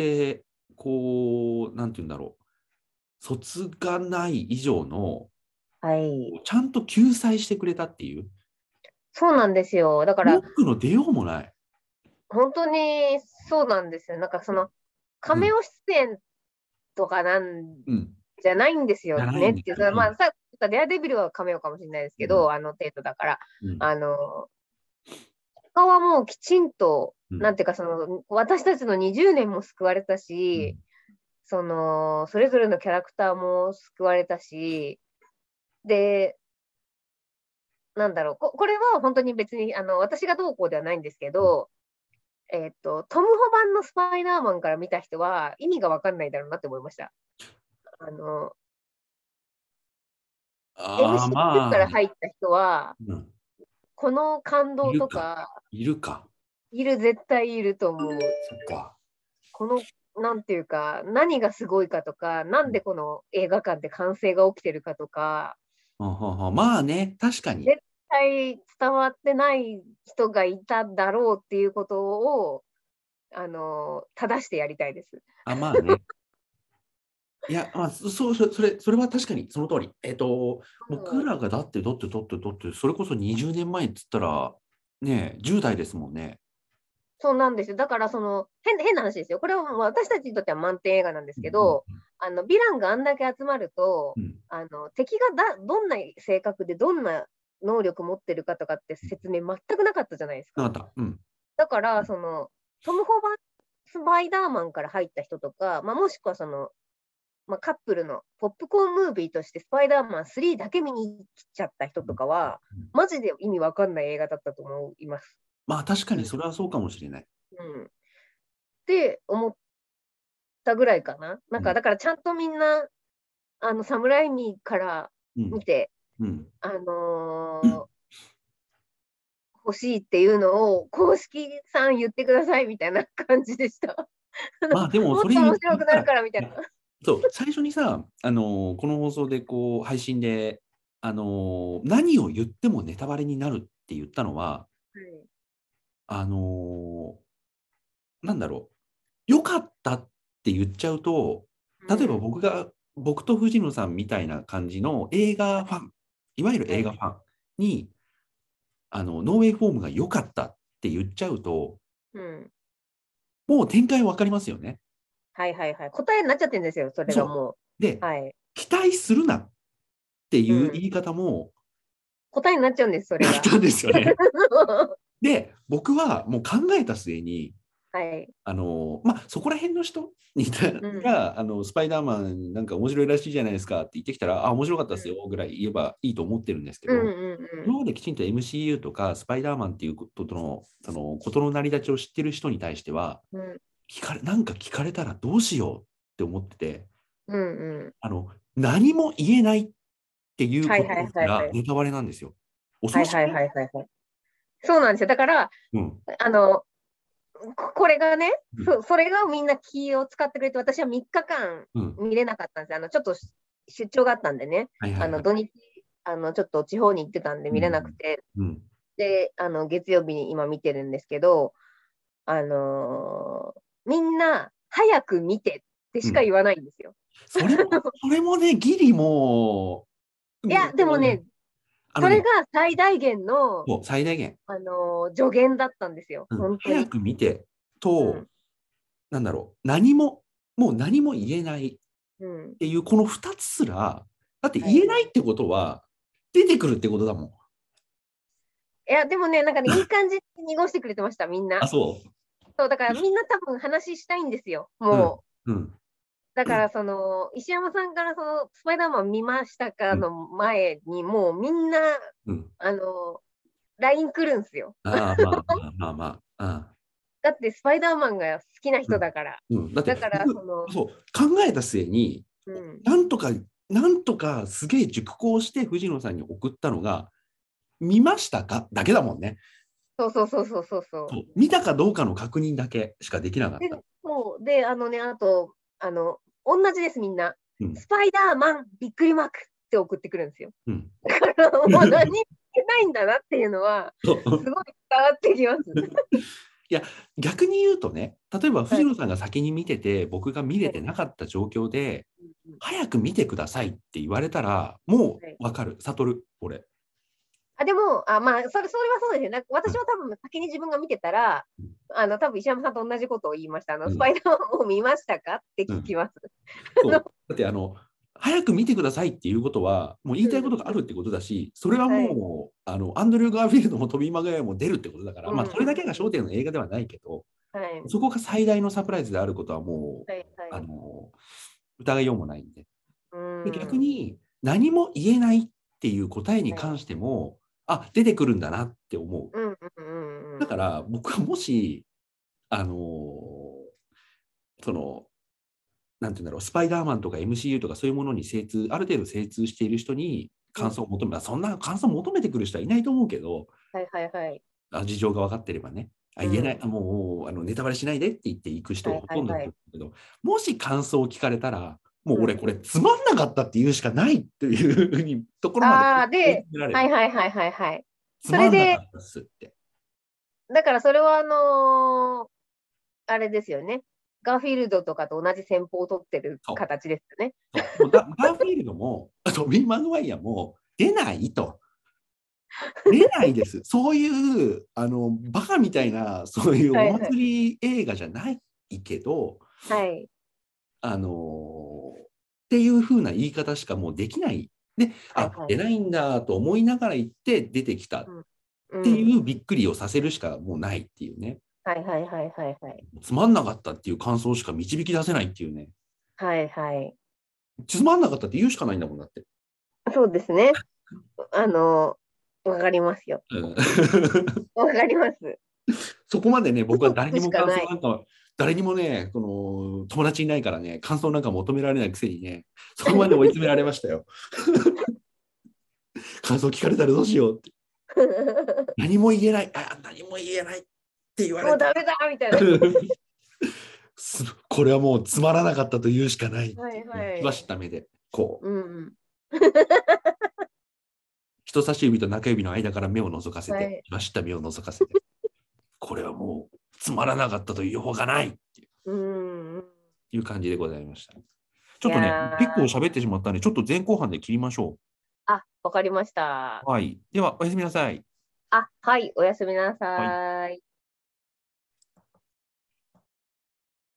[SPEAKER 1] こう、なんて言うんだろう、卒がない以上の、
[SPEAKER 2] はい。
[SPEAKER 1] ちゃんと救済してくれたっていう、
[SPEAKER 2] そうなんですよ。だから、
[SPEAKER 1] ブロックの出ようもない。
[SPEAKER 2] 本当にそうなんですよ。なんかその、カ
[SPEAKER 1] うん、
[SPEAKER 2] メオ出演とかなん
[SPEAKER 1] うん、
[SPEAKER 2] じゃないんです
[SPEAKER 1] じゃない
[SPEAKER 2] よねっていう。そ
[SPEAKER 1] んだよ。
[SPEAKER 2] れまあ、
[SPEAKER 1] うん、
[SPEAKER 2] さ、デアデビルはカメオかもしれないです
[SPEAKER 1] うん、
[SPEAKER 2] けど、あの程度だから。
[SPEAKER 1] うん、
[SPEAKER 2] あの、他はもうきちんと、
[SPEAKER 1] うん、
[SPEAKER 2] なんていうか、その、私たちのにじゅうねんも救われたし、
[SPEAKER 1] うん、
[SPEAKER 2] その、それぞれのキャラクターも救われたし、で、なんだろう、こ、これは本当に別に、あの、私がどうこうではないんですけど、えっと、トム・ホバンのスパイダーマンから見た人は意味がわかんないだろうなって思いました。あの、
[SPEAKER 1] ああ、
[SPEAKER 2] エムシーユー
[SPEAKER 1] まあ、
[SPEAKER 2] から入った人は、
[SPEAKER 1] うん、
[SPEAKER 2] この感動と
[SPEAKER 1] いるか。
[SPEAKER 2] か、
[SPEAKER 1] いるか。
[SPEAKER 2] いる、絶対いると思う。
[SPEAKER 1] そっか。
[SPEAKER 2] この、なんていうか、何がすごいかとか、なんでこの映画館で歓声が起きてるかとか、
[SPEAKER 1] はんはんはんまあね、確かに。
[SPEAKER 2] 絶対伝わってない人がいただろうっていうことを、あの、正してやりたいです。
[SPEAKER 1] あ、まあね。いや、まあ、そそう、それ、それそれは確かにその通り。えっと、僕
[SPEAKER 2] うん、
[SPEAKER 1] らがだって、だって、だって、だって、それこそにじゅうねんまえっつったら、ね、じゅう代ですもんね。
[SPEAKER 2] そうなんですよ。だからその変、変な話ですよ。これはもう私たちにとっては満点映画なんです
[SPEAKER 1] うんうん
[SPEAKER 2] けど、あのヴィランがあんだけ集まると、
[SPEAKER 1] うん
[SPEAKER 2] あの敵がだどんな性格でどんな能力持ってるかとかって説明全くなかったじゃないですか。
[SPEAKER 1] なかった。うん。
[SPEAKER 2] だからそのトム・ホバスパイダーマンから入った人とか、まあ、もしくはその、まあ、カップルのポップコーンムービーとしてスパイダーマンスリーだけ見に来ちゃった人とかは、
[SPEAKER 1] うん
[SPEAKER 2] マジで意味わかんない映画だったと思います。
[SPEAKER 1] まあ、確か
[SPEAKER 2] うん。
[SPEAKER 1] にそれはそうかもしれない。
[SPEAKER 2] うんって思ったぐらいかな。なんか、
[SPEAKER 1] うん。
[SPEAKER 2] だからちゃんとみんな、あの、サムライミから
[SPEAKER 1] うん
[SPEAKER 2] 見て、
[SPEAKER 1] うん。
[SPEAKER 2] あのー欲しいっていうのを公式さん言ってくださいみたいな感じでした。あの
[SPEAKER 1] まあ、でも、
[SPEAKER 2] もっ
[SPEAKER 1] それ言
[SPEAKER 2] と面白く
[SPEAKER 1] ったら、
[SPEAKER 2] なるからみたい
[SPEAKER 1] いや
[SPEAKER 2] な。
[SPEAKER 1] そう、最初にさ、あのーこの放送で、こう、配信で、あのー何を言ってもネタバレになるって言ったのは、あのーなんだろう、良かったって言っちゃうと、例えば
[SPEAKER 2] うん。
[SPEAKER 1] 僕が、僕と藤野さんみたいな感じの映画ファン、いわゆる
[SPEAKER 2] はい。
[SPEAKER 1] 映画ファンに、あの、ノーウェイフォームが良かったって言っちゃうと、
[SPEAKER 2] うん。
[SPEAKER 1] もう展開わかりますよね。
[SPEAKER 2] はいはいはい。答えになっちゃってるんですよ、それが
[SPEAKER 1] そ
[SPEAKER 2] も
[SPEAKER 1] う。で、
[SPEAKER 2] う。はい。
[SPEAKER 1] 期待するなって
[SPEAKER 2] うん。
[SPEAKER 1] いう言い方も
[SPEAKER 2] 答えになっちゃうんです、それが。
[SPEAKER 1] あったんですよね。で、僕はもう考えた末に、
[SPEAKER 2] はい。
[SPEAKER 1] あの、まあ、そこら辺の人に
[SPEAKER 2] うん。
[SPEAKER 1] が、あの、スパイダーマンなんか面白いらしいじゃないですかって言ってきたら、あ、面白かったです
[SPEAKER 2] うん。
[SPEAKER 1] よぐらい言えばいいと思ってるんですけ
[SPEAKER 2] うん
[SPEAKER 1] ど、
[SPEAKER 2] うんうん。
[SPEAKER 1] 今まできちんと エムシーユー とかスパイダーマンっていうこととの、あの、ことの成り立ちを知ってる人に対しては、
[SPEAKER 2] うん。
[SPEAKER 1] 聞かれ、なんか聞かれたらどうしようって思ってて、
[SPEAKER 2] うんうん。
[SPEAKER 1] あの、何も言えないっていうこと
[SPEAKER 2] はいはい
[SPEAKER 1] す
[SPEAKER 2] はいはい。
[SPEAKER 1] らネタバレなんですよ。恐
[SPEAKER 2] はいはい
[SPEAKER 1] ろしくない？
[SPEAKER 2] はいはいはい。そうなんですよ。だから、
[SPEAKER 1] うん。
[SPEAKER 2] あの、ここれがね、
[SPEAKER 1] うん。
[SPEAKER 2] そそれがみんな気を使ってくれて、私はみっかかん
[SPEAKER 1] うん。
[SPEAKER 2] 見れなかったんですよ。あの、ちょっと出張があったんでね、あの、
[SPEAKER 1] はいはいはい。
[SPEAKER 2] 土日、あの、ちょっと地方に行ってたんで見れなく
[SPEAKER 1] うん。
[SPEAKER 2] て、
[SPEAKER 1] うん。
[SPEAKER 2] で、あの、月曜日に今見てるんですけど、あのーみんな早く見てって
[SPEAKER 1] うん。
[SPEAKER 2] しか言わないんですよ。
[SPEAKER 1] それも、それもね、ギリもう、う
[SPEAKER 2] いや、
[SPEAKER 1] ん、
[SPEAKER 2] でもね、それが
[SPEAKER 1] あのね、
[SPEAKER 2] 最大限の、
[SPEAKER 1] もう最大限、
[SPEAKER 2] あのー助言だったんですよ。
[SPEAKER 1] うん、早
[SPEAKER 2] 本当に。
[SPEAKER 1] く見て
[SPEAKER 2] うん。
[SPEAKER 1] と、なんだろう、何も、もう何も言えないっ
[SPEAKER 2] うん。
[SPEAKER 1] ていう、このふたつすら、だって
[SPEAKER 2] はい。
[SPEAKER 1] 言えないってことは、出てくるってことだもん。
[SPEAKER 2] いや、でもね、なんかね、いい感じに濁してくれてました、みん
[SPEAKER 1] あ、
[SPEAKER 2] な。
[SPEAKER 1] そ
[SPEAKER 2] そう、だからみんな多分話したいんですよ。
[SPEAKER 1] う。うん。
[SPEAKER 2] もう。
[SPEAKER 1] うん。
[SPEAKER 2] だからその、石山さんからその、スパイダーマン見ました
[SPEAKER 1] うん。
[SPEAKER 2] かの前に、もうみんな、
[SPEAKER 1] うん。
[SPEAKER 2] あの、ライン 来るんですよ。
[SPEAKER 1] ああ、まあまあまあまあ。あ
[SPEAKER 2] だってスパイダーマンが好きな
[SPEAKER 1] うん。
[SPEAKER 2] 人だから。
[SPEAKER 1] うん。だって、
[SPEAKER 2] だからそ
[SPEAKER 1] 僕、
[SPEAKER 2] の、
[SPEAKER 1] そう、考えた末に、
[SPEAKER 2] うん。
[SPEAKER 1] なんとか、なんとかすげえ熟考して藤野さんに送ったのが、見ましたかだけだもんね。
[SPEAKER 2] そうそうそうそうそうそう。
[SPEAKER 1] そう見たかどうかの確認だけしかできなかっ
[SPEAKER 2] で、
[SPEAKER 1] た。
[SPEAKER 2] そうで、あのね、あと、あの、同じです、みんな。
[SPEAKER 1] うん。
[SPEAKER 2] スパイダーマンびっくりマークって送ってくるんですよ。
[SPEAKER 1] うん。
[SPEAKER 2] だからもう何も言ってないんだなっていうのは、
[SPEAKER 1] そう
[SPEAKER 2] すごい伝わってきます。
[SPEAKER 1] いや、逆に言うとね、例えば
[SPEAKER 2] はい。
[SPEAKER 1] 藤野さんが先に見てて、僕が見れ
[SPEAKER 2] はい。
[SPEAKER 1] てなかった状況で、
[SPEAKER 2] うんうん。
[SPEAKER 1] 早く見てくださいって言われたら、も
[SPEAKER 2] はい。
[SPEAKER 1] うわかる。悟る、俺。
[SPEAKER 2] あ、でも、あ、まあ、それ、それはそうですね。なんか
[SPEAKER 1] うん。
[SPEAKER 2] 私は多分先に自分が見てたら、あの、多分石山さんと同じことを言いました。あの、スパ
[SPEAKER 1] うん。
[SPEAKER 2] イダーマンを見ましたかって
[SPEAKER 1] うん。
[SPEAKER 2] 聞きます。あの、
[SPEAKER 1] そう。だって、あの、早く見てくださいっていうことは、もう言いたいことがあるってことだし、それは
[SPEAKER 2] はい。
[SPEAKER 1] もう、あの、アンドリュー・ガーフィールドもトビー・マグワイアも出るってことだから、まあ、
[SPEAKER 2] うんうん
[SPEAKER 1] それだけが
[SPEAKER 2] うん。
[SPEAKER 1] 焦点の映画ではないけど、
[SPEAKER 2] はい。
[SPEAKER 1] そこが最大のサプライズであることはもう、
[SPEAKER 2] はい。は
[SPEAKER 1] あ
[SPEAKER 2] い。
[SPEAKER 1] の、疑いようもないんで。
[SPEAKER 2] う
[SPEAKER 1] で、逆
[SPEAKER 2] ん。
[SPEAKER 1] に何も言えないっていう答えに
[SPEAKER 2] はい。
[SPEAKER 1] 関しても、あ、出てくるんだなって思う。
[SPEAKER 2] うんうんうんうんうん。
[SPEAKER 1] だから僕はもし、あのその、なんていうんだろう、スパイダーマンとか エムシーユー とかそういうものに精通、ある程度精通している人に、 感想を求め、そんな感想を求めてくる人はいないと思うけど、
[SPEAKER 2] はいはいはい。
[SPEAKER 1] あ事情が分かってればね、あ言えない、
[SPEAKER 2] うん
[SPEAKER 1] あもうあのネタバレしないでって言って行く人
[SPEAKER 2] は
[SPEAKER 1] がほとんどだ
[SPEAKER 2] いはいはい。
[SPEAKER 1] と思うけど、もし感想を聞かれたら、もう
[SPEAKER 2] うん
[SPEAKER 1] 俺これつまんなかったって言うしかないというふうにところまで
[SPEAKER 2] ああ、
[SPEAKER 1] 追い
[SPEAKER 2] で、
[SPEAKER 1] 詰められる。
[SPEAKER 2] はいはいはいはいはい。
[SPEAKER 1] つ
[SPEAKER 2] それで、
[SPEAKER 1] まんなかったっすって。
[SPEAKER 2] だからそれはあのーあれですよね。ガーフィールドとかと同じ戦法を取ってる
[SPEAKER 1] そう
[SPEAKER 2] 形ですよね。
[SPEAKER 1] そうもうガガーフィールドも、トビー・マグワイアも出ないと。出ないです。そういうあのバカみたいな、そういうお
[SPEAKER 2] はいはい。
[SPEAKER 1] 祭り映画じゃないけど、
[SPEAKER 2] はい。
[SPEAKER 1] あのっていう風な言い方しかもうできない。で、あ、
[SPEAKER 2] はいはい。
[SPEAKER 1] 出ないんだと思いながら言って出てきたっ
[SPEAKER 2] うん。
[SPEAKER 1] て
[SPEAKER 2] うん。
[SPEAKER 1] いうびっくりをさせるしかもうないっていうね。
[SPEAKER 2] はいはいはいはいはい。
[SPEAKER 1] つまんなかったっていう感想しか導き出せないっていうね。
[SPEAKER 2] はいはい。
[SPEAKER 1] つまんなかったって言うしかないんだもんだって。
[SPEAKER 2] そうですね。あのーわかりますよ。
[SPEAKER 1] うん
[SPEAKER 2] わかります。
[SPEAKER 1] そこまでね、僕は
[SPEAKER 2] 嘘つく
[SPEAKER 1] 誰にも感
[SPEAKER 2] しかない。
[SPEAKER 1] 想なんか、誰にもね、この友達いないからね、感想なんか求められないくせにね、そこまで追い詰められましたよ。感想聞かれたらどうしようって。何も言えない、あ何も言えないって言われた。
[SPEAKER 2] もうダメだみたいな。
[SPEAKER 1] これはもうつまらなかったと言うしかないって
[SPEAKER 2] はい
[SPEAKER 1] いうね、
[SPEAKER 2] はい。
[SPEAKER 1] 気はした目で、こう、
[SPEAKER 2] うん。
[SPEAKER 1] 人差し指と中指の間から目を覗かせて、
[SPEAKER 2] はい。
[SPEAKER 1] 気はした目を覗かせて、これはもうつまらなかったと言う方がないって
[SPEAKER 2] うん。
[SPEAKER 1] いう感じでございました。ち
[SPEAKER 2] い
[SPEAKER 1] ょっとね、結構
[SPEAKER 2] やー。
[SPEAKER 1] 喋ってしまったんで、ちょっと前後半で切りましょ
[SPEAKER 2] あ、わかりました。
[SPEAKER 1] う。はい。では、おやすみなさい。
[SPEAKER 2] あ、はい。おやすみな
[SPEAKER 1] はい。
[SPEAKER 2] さい。